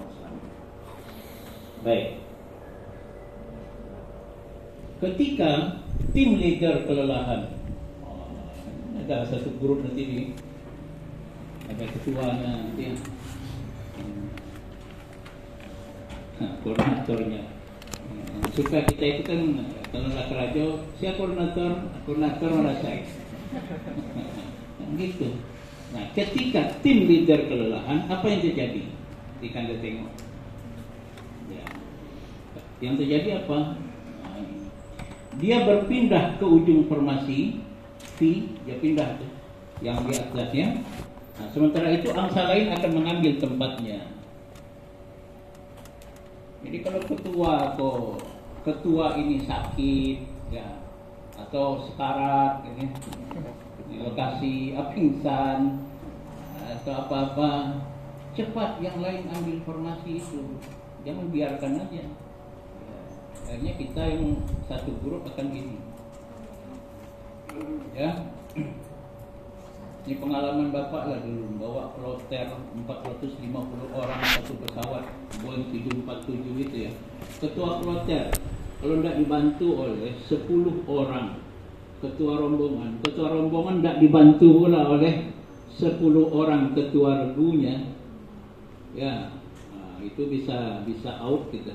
baik. Ketika tim leader kelelahan, ada satu grup nanti ini, ada ketuanya dia, koordinatornya. Suka kita itu kan kalau nak kerajo, siapa koordinator? Koordinator merasa gitu. Nah, ketika tim leader kelelahan, apa yang terjadi? Di Anda tengok. Ya. Yang terjadi apa? Dia berpindah ke ujung formasi V, dia pindah tuh yang di atasnya. Nah, sementara itu angsa lain akan mengambil tempatnya. Jadi kalau ketua ini sakit, ya, atau sekarat, ini, di lokasi pingsan atau apa-apa, cepat yang lain ambil formasi itu, jangan biarkan aja. Akhirnya kita yang satu grup akan gini, ya. Ini pengalaman bapak lah dulu, bawa kloter 450 orang satu pesawat Boeing 747 itu ya. Ketua kloter kalau tidak dibantu oleh 10 orang, ketua rombongan tidak dibantu pula oleh 10 orang ketua regunya, ya, nah, itu bisa out kita.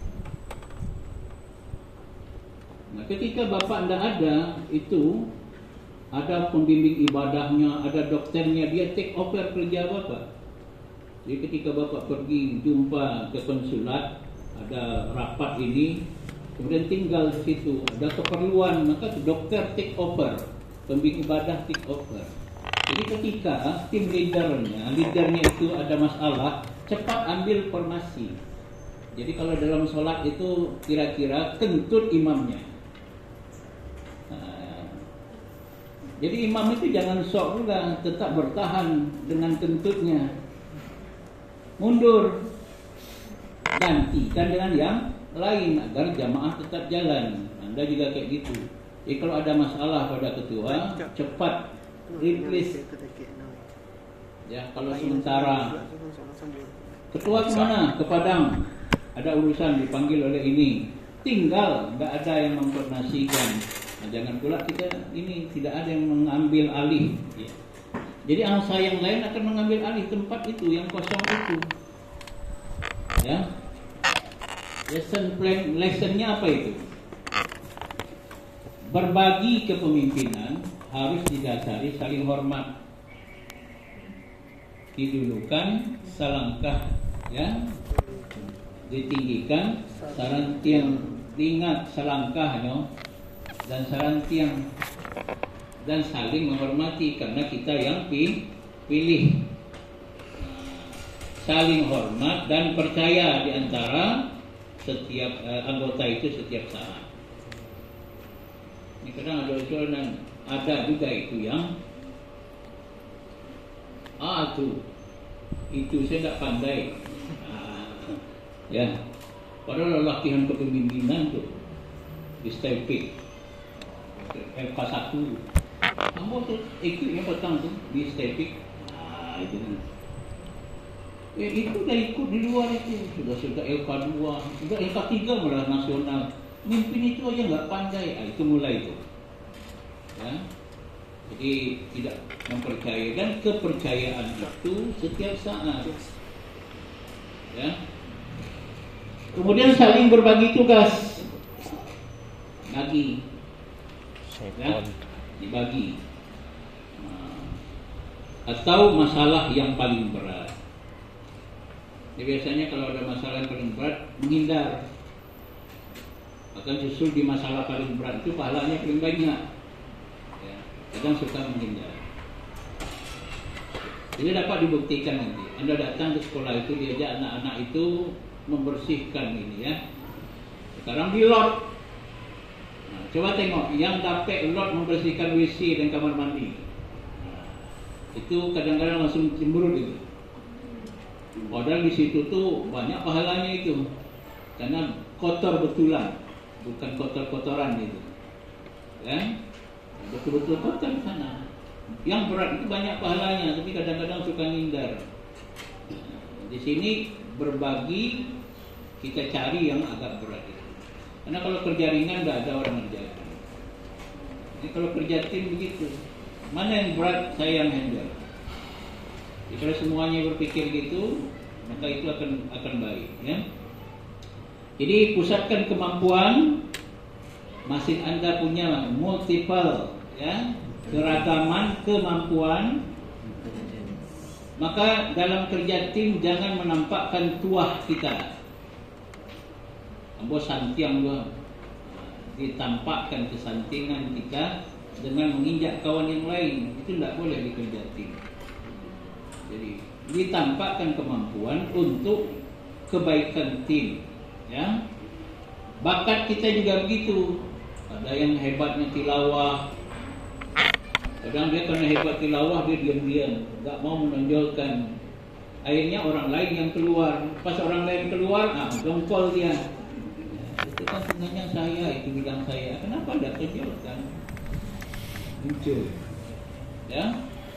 Nah, ketika bapak tidak ada, itu ada pembimbing ibadahnya, ada dokternya, dia take over kerja bapak. Jadi ketika bapak pergi jumpa ke konsulat, ada rapat ini, kemudian tinggal di situ, ada keperluan, maka dokter take over, pembimbing ibadah take over. Jadi ketika tim leadernya itu ada masalah, cepat ambil formasi. Jadi kalau dalam sholat itu kira-kira kentut imamnya. Jadi imam itu jangan sok juga, tetap bertahan dengan kentutnya. Mundur, gantikan dengan yang lain agar jamaah tetap jalan. Anda juga kayak gitu. Jadi kalau ada masalah pada ketua, cepat replace. Ya, kalau sementara Ketua kemana? Ke Padang. Ada urusan dipanggil oleh ini. Tinggal, nggak ada yang mengkoordinasikan. Nah, jangan pula kita ini tidak ada yang mengambil alih. Ya. Jadi angsa yang lain akan mengambil alih tempat itu yang kosong itu. Ya. Lessonnya apa itu? Berbagi kepemimpinan harus didasari saling hormat, didulukan selangkah, ya, ditinggikan sarantiang, diingat selangkah, no? Dan sarantiang, dan saling menghormati karena kita yang pilih. Saling hormat dan percaya di antara setiap anggota itu setiap saat. Ini kadang ada usulan, ada juga itu yang itu saya tidak pandai. Ya, padahal latihan kepemimpinan tuh di Stepik LK1 kamu tuh ikut yang petang tuh di Stepik. Itu itu udah ikut di luar itu, sudah LK2, sudah LK3 malah nasional. Mimpin itu aja nggak pandai, itu mulai itu. Ya. Jadi tidak mempercayai, dan kepercayaan itu setiap saat. Ya. Kemudian saling berbagi tugas, bagi, ya, dibagi. Atau masalah yang paling berat. Jadi biasanya kalau ada masalah yang paling berat, menghindar. Bahkan justru di masalah paling berat itu pahalanya paling banyak. Ya, kadang suka menghindar. Jadi dapat dibuktikan nanti. Anda datang ke sekolah itu, diajak anak-anak itu membersihkan ini, ya. Sekarang di lot. Nah, coba tengok yang dapat lot membersihkan WC dan kamar mandi. Nah, itu kadang-kadang langsung cemberut itu. Padahal di situ tuh banyak pahalanya itu, karena kotor betulan, bukan kotor-kotoran itu, ya, betul-betul kotor di sana. Yang berat itu banyak pahalanya, tapi kadang-kadang suka ngindar. Di sini berbagi, kita cari yang agak berat itu. Karena kalau kerja ringan tidak ada orang ngerjakan. Jadi kalau kerja tim begitu, mana yang berat saya yang handle. Jadi kalau semuanya berpikir gitu, maka itu akan baik, ya. Jadi pusatkan kemampuan, masing Anda punya multiple, ya, keragaman kemampuan. Maka dalam kerja tim jangan menampakkan tuah kita. Ambo santiang gua, ditampakkan kesantingan kita dengan menginjak kawan yang lain, itu tidak boleh di kerja tim. Jadi ditampakkan kemampuan untuk kebaikan tim, ya. Bakat kita juga begitu. Ada yang hebatnya tilawah. Kadang dia karena hebat tilawah dia diam-diam, enggak mau menonjolkan. Akhirnya orang lain yang keluar. Pas orang lain keluar, dongkol dia. Itu kan sebenarnya saya, itu bidang saya. Kenapa enggak tonjolkan? Muncul. Ya.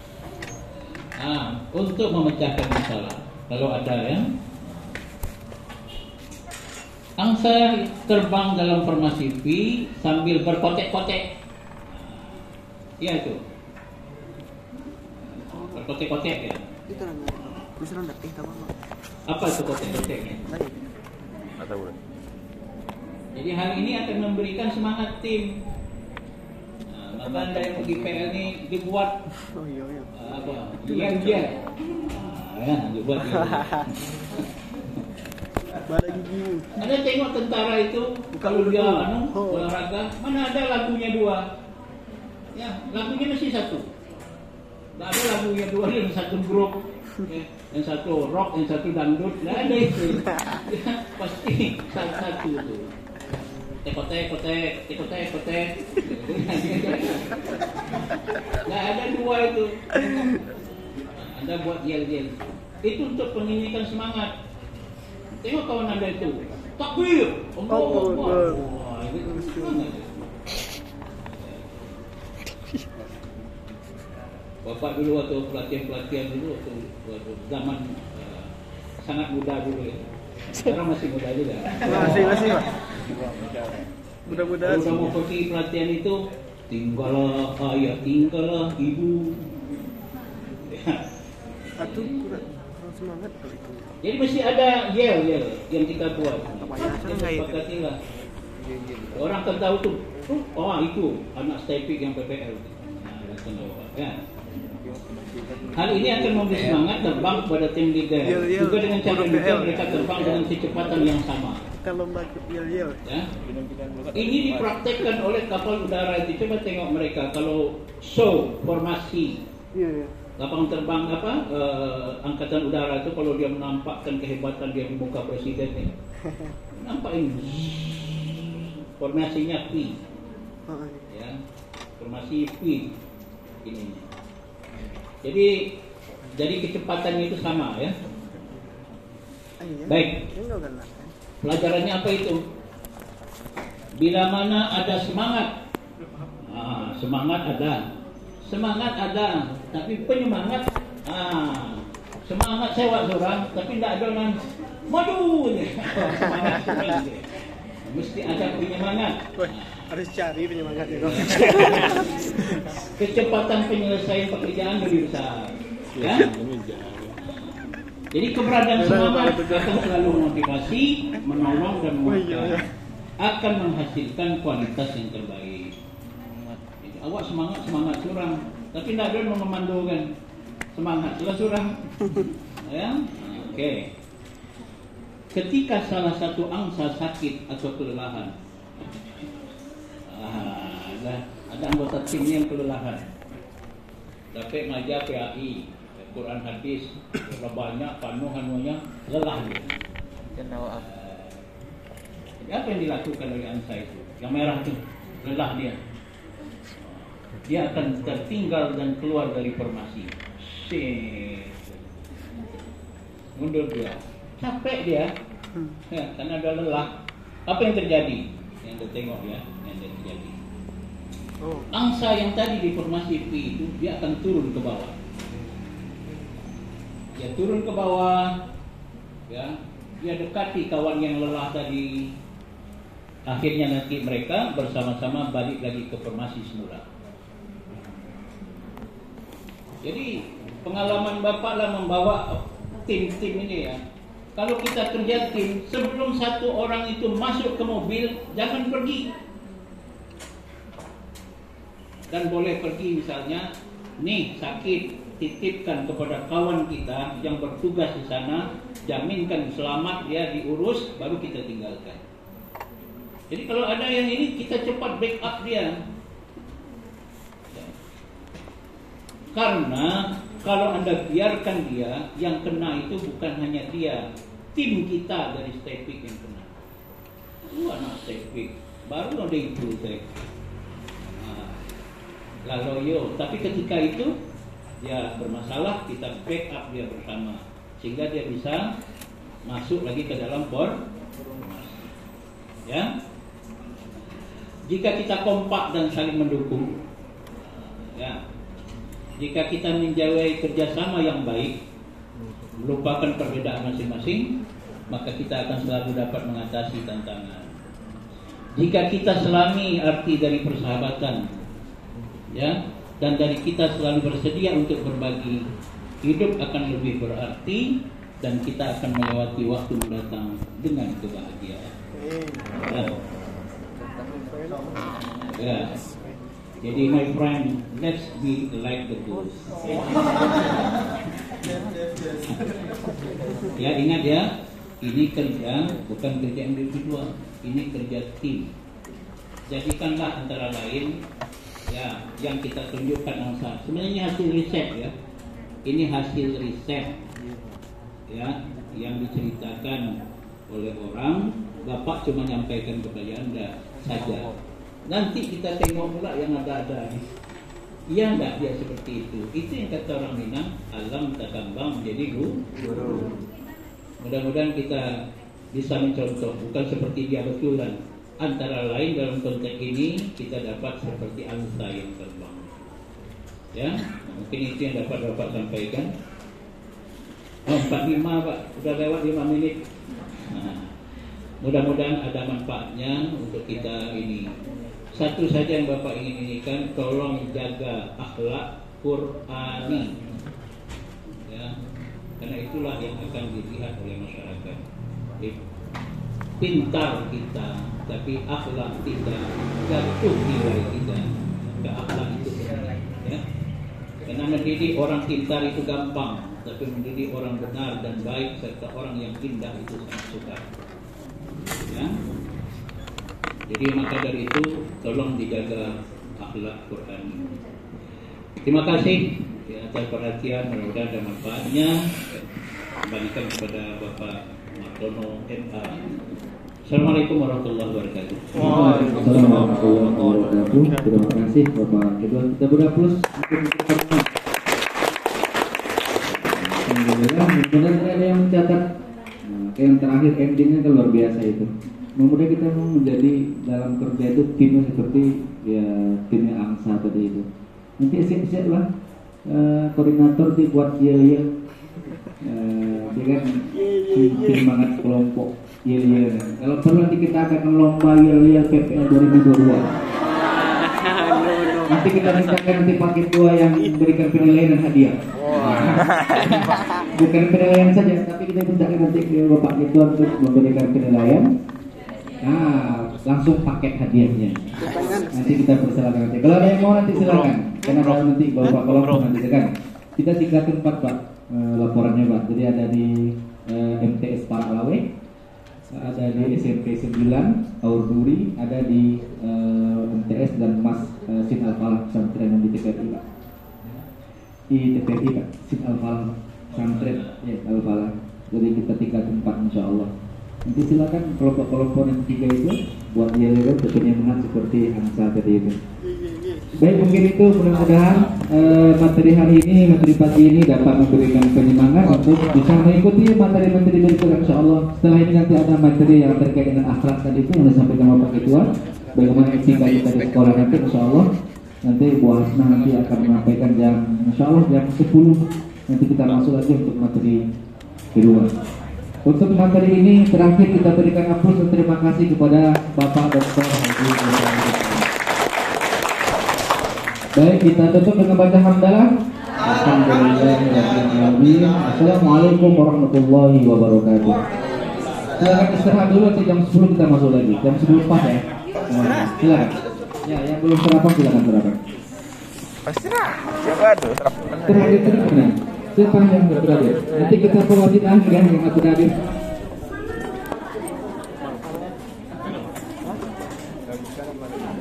Untuk memecahkan masalah, kalau ada, ya, angsa terbang dalam formasi V sambil berkotek-kotek, ya itu, berkotek-kotek, ya. Apa itu kotek-koteknya? Jadi hal ini akan memberikan semangat tim. Maka Anda yang pergi PL ini dibuat apa? Iya. Ya, dibuat. Anda tengok tentara itu kalau dia olahraga, mana ada lagunya dua? Ya, lagunya masih satu. Tidak ada lagunya dua, yang satu grup, ya, yang satu rock, yang satu dangdut. Tidak ada itu. Ya, pasti satu itu. Kotek. Nggak ada dua itu. Anda buat yel-yel. Itu untuk meninggikan semangat. Tengok kawan Anda itu. Takbir. Wah, itu semangat. Bapak dulu waktu pelatihan dulu waktu zaman sangat muda dulu ya. Sekarang masih muda juga. Masih Pak. Mudah-mudahan. Kalau udah mau pergi pelatihan itu, tinggallah ayah, tinggallah ibu. Atuh kurang semangat kali itu. Jadi mesti ada yel yang kita buat. Kebanyakan Kita sepakatilah. Orang akan tahu tuh, oh itu anak Stepik yang PPL. Ya. Hal ini akan memberi semangat terbang kepada tim leader. Juga dengan cara juga mereka terbang dengan kecepatan yang sama. Kalau ikut yel-yel. Ya. Ini dipraktekkan oleh kapal udara itu. Coba tengok mereka kalau show formasi. Iya. Lapangan terbang angkatan udara itu kalau dia menampakkan kehebatan dia di muka presiden, nampak ini formasinya V, ya, formasi V ini. Jadi kecepatannya itu sama ya. Baik. Pelajarannya apa itu? Bila mana ada semangat, semangat ada, tapi penyemangat, semangat sewa seorang, tapi tidak ada orang maju. Semangat seorang, mesti ada penyemangat. Harus cari penyemangatnya. Kecepatan penyelesaian pekerjaan lebih besar. Ya. Jadi keberadaan semangat akan selalu memotivasi, menolong dan menguatkan, akan menghasilkan kualitas yang terbaik. Awak semangat curang, tapi tidak ada yang memandukan semangat curang. Ya, oke. Ketika salah satu angsa sakit atau kelelahan, ada anggota tim yang kelelahan, tapi ngajar PAI, Quran hadis, banyak penuh anunya lelah. Jadi apa yang dilakukan oleh angsa itu? Yang merah itu lelah dia. Dia akan tertinggal dan keluar dari formasi. Mundur dia. Capek dia. Ya, karena ada lelah. Apa yang terjadi? Yang kita tengok ya, yang terjadi. Angsa yang tadi di formasi P itu dia akan turun ke bawah. Dia turun ke bawah, ya. Dia dekati kawan yang lelah tadi. Akhirnya nanti mereka bersama-sama balik lagi ke formasi semula. Jadi pengalaman Bapak lah membawa tim-tim ini ya. Kalau kita kerja tim, sebelum satu orang itu masuk ke mobil, jangan pergi. Dan boleh pergi misalnya, nih sakit, titipkan kepada kawan kita yang bertugas di sana, jaminkan selamat dia diurus, baru kita tinggalkan. Jadi kalau ada yang ini, kita cepat backup dia. Karena kalau Anda biarkan dia, yang kena itu bukan hanya dia, tim kita dari Stepik yang kena. Anak Stepik, baru ada itu saya. Lalu tapi ketika itu dia bermasalah, kita backup dia bersama sehingga dia bisa masuk lagi ke dalam formasi. Ya, jika kita kompak dan saling mendukung, ya. Jika kita menjauhi kerjasama yang baik, melupakan perbedaan masing-masing, maka kita akan selalu dapat mengatasi tantangan. Jika kita selami arti dari persahabatan, ya, dan dari kita selalu bersedia untuk berbagi, hidup akan lebih berarti dan kita akan melewati waktu mendatang dengan kebahagiaan. Ya. Jadi my friend, let's be like the ghost. Ya, ingat ya, ini kerja bukan kerja individual, ini kerja tim. Jadikanlah antara lain ya yang kita tunjukkan angsa. Sebenarnya hasil riset ya. Ini hasil riset ya yang diceritakan oleh orang. Bapak cuma nyampaikan kepada Anda saja. Nanti kita tengok pula yang ada-ada. Iya enggak dia seperti itu. Itu yang kata orang Minang, alam takambang menjadi guru. Mudah-mudahan kita bisa mencontoh, bukan seperti dia betulan. Antara lain dalam konteks ini kita dapat seperti angsa yang terbang. Ya, mungkin itu yang dapat Bapak sampaikan. Oh, 45 Pak, udah lewat 5 menit. Nah, mudah-mudahan ada manfaatnya untuk kita ini. Satu saja yang Bapak ingin inikan, tolong jaga akhlak Qur'ani. Ya, karena itulah yang akan dilihat oleh masyarakat. Pintar kita, tapi akhlak tidak, jatuh nilai kita ke akhlak itu penting. Ya. Karena mendidik orang pintar itu gampang, tapi mendidik orang benar dan baik serta orang yang indah itu sangat sukar. Ya. Jadi maka dari itu tolong dijaga akhlak Qur'ani. Terima kasih atas perhatian, mudah-mudahan ada manfaatnya. Kembalikan kepada Bapak Martono MA. Assalamualaikum warahmatullahi wabarakatuh. Waalaikumsalam warahmatullahi wabarakatuh. Terima kasih Bapak Ketua. Kita beraplaus. Alhamdulillah, mudah-mudahan ada yang mencatat. Yang terakhir endingnya kan luar biasa itu. Mudah-mudahan kita mau menjadi dalam kerja itu timnya seperti ya timnya Angsa tadi itu. Nanti siap-siap lah koordinator dibuat dia dengan semangat kelompok yel-yel. Kalau perlu nanti kita akan lomba yel-yel PPL 2022. Nanti kita rencanakan nanti paket dua yang memberikan penilaian dan hadiah. Bukan penilaian saja, tapi kita rencanakan nanti Bapak Ketua untuk memberikan penilaian. Nah, langsung paket hadiahnya. Nanti kita persilakan nanti. Kalau ada yang mau nanti silakan. Karena kalau nanti Bapak kelompok nanti kan. Kita tingkatkan 4 Pak laporannya Pak. Jadi ada di MTS Paralawe, ada di SMP 9 Aur Duri, ada di MTS dan Mas Sin Al-Falah pesantren yang di TPI Pak. Di TPI Pak, Sin Al-Falah pesantren ya Al-Falah. Jadi kita tingkatkan 4 insyaallah. Nanti silakan kelompok-kelompok yang 3 itu buat dia juga berpenyemangat seperti Angsa tadi itu. Baik, mungkin itu mudah-mudahan materi hari ini, materi pagi ini dapat memberikan penyemangat untuk bisa mengikuti materi-materi berikutnya insyaallah. Setelah ini nanti ada materi yang terkait dengan akhlak tadi itu yang disampaikan Bapak Ketua. Bagaimana etika kita di sekolah nanti insyaallah. Nanti Bu Hasna nanti akan menyampaikan jam insyaallah jam 10. Nanti kita masuk lagi untuk materi kedua. Untuk materi ini terakhir kita berikan aplaus dan terima kasih kepada Bapak Dr. Haji. Baik, kita tutup dengan baca hamdalah. Alhamdulillahirobbilalamin. Assalamualaikum warahmatullahi wabarakatuh. Silakan istirahat dulu, nanti jam 10 kita masuk lagi. Jam 10 pas ya. Silakan. Ya, yang belum sarapan silakan sarapan. Pasti lah. Siapa tuh? Terakhir. Siapa yang berhadir? Nanti kita perwakilan yang berhadir.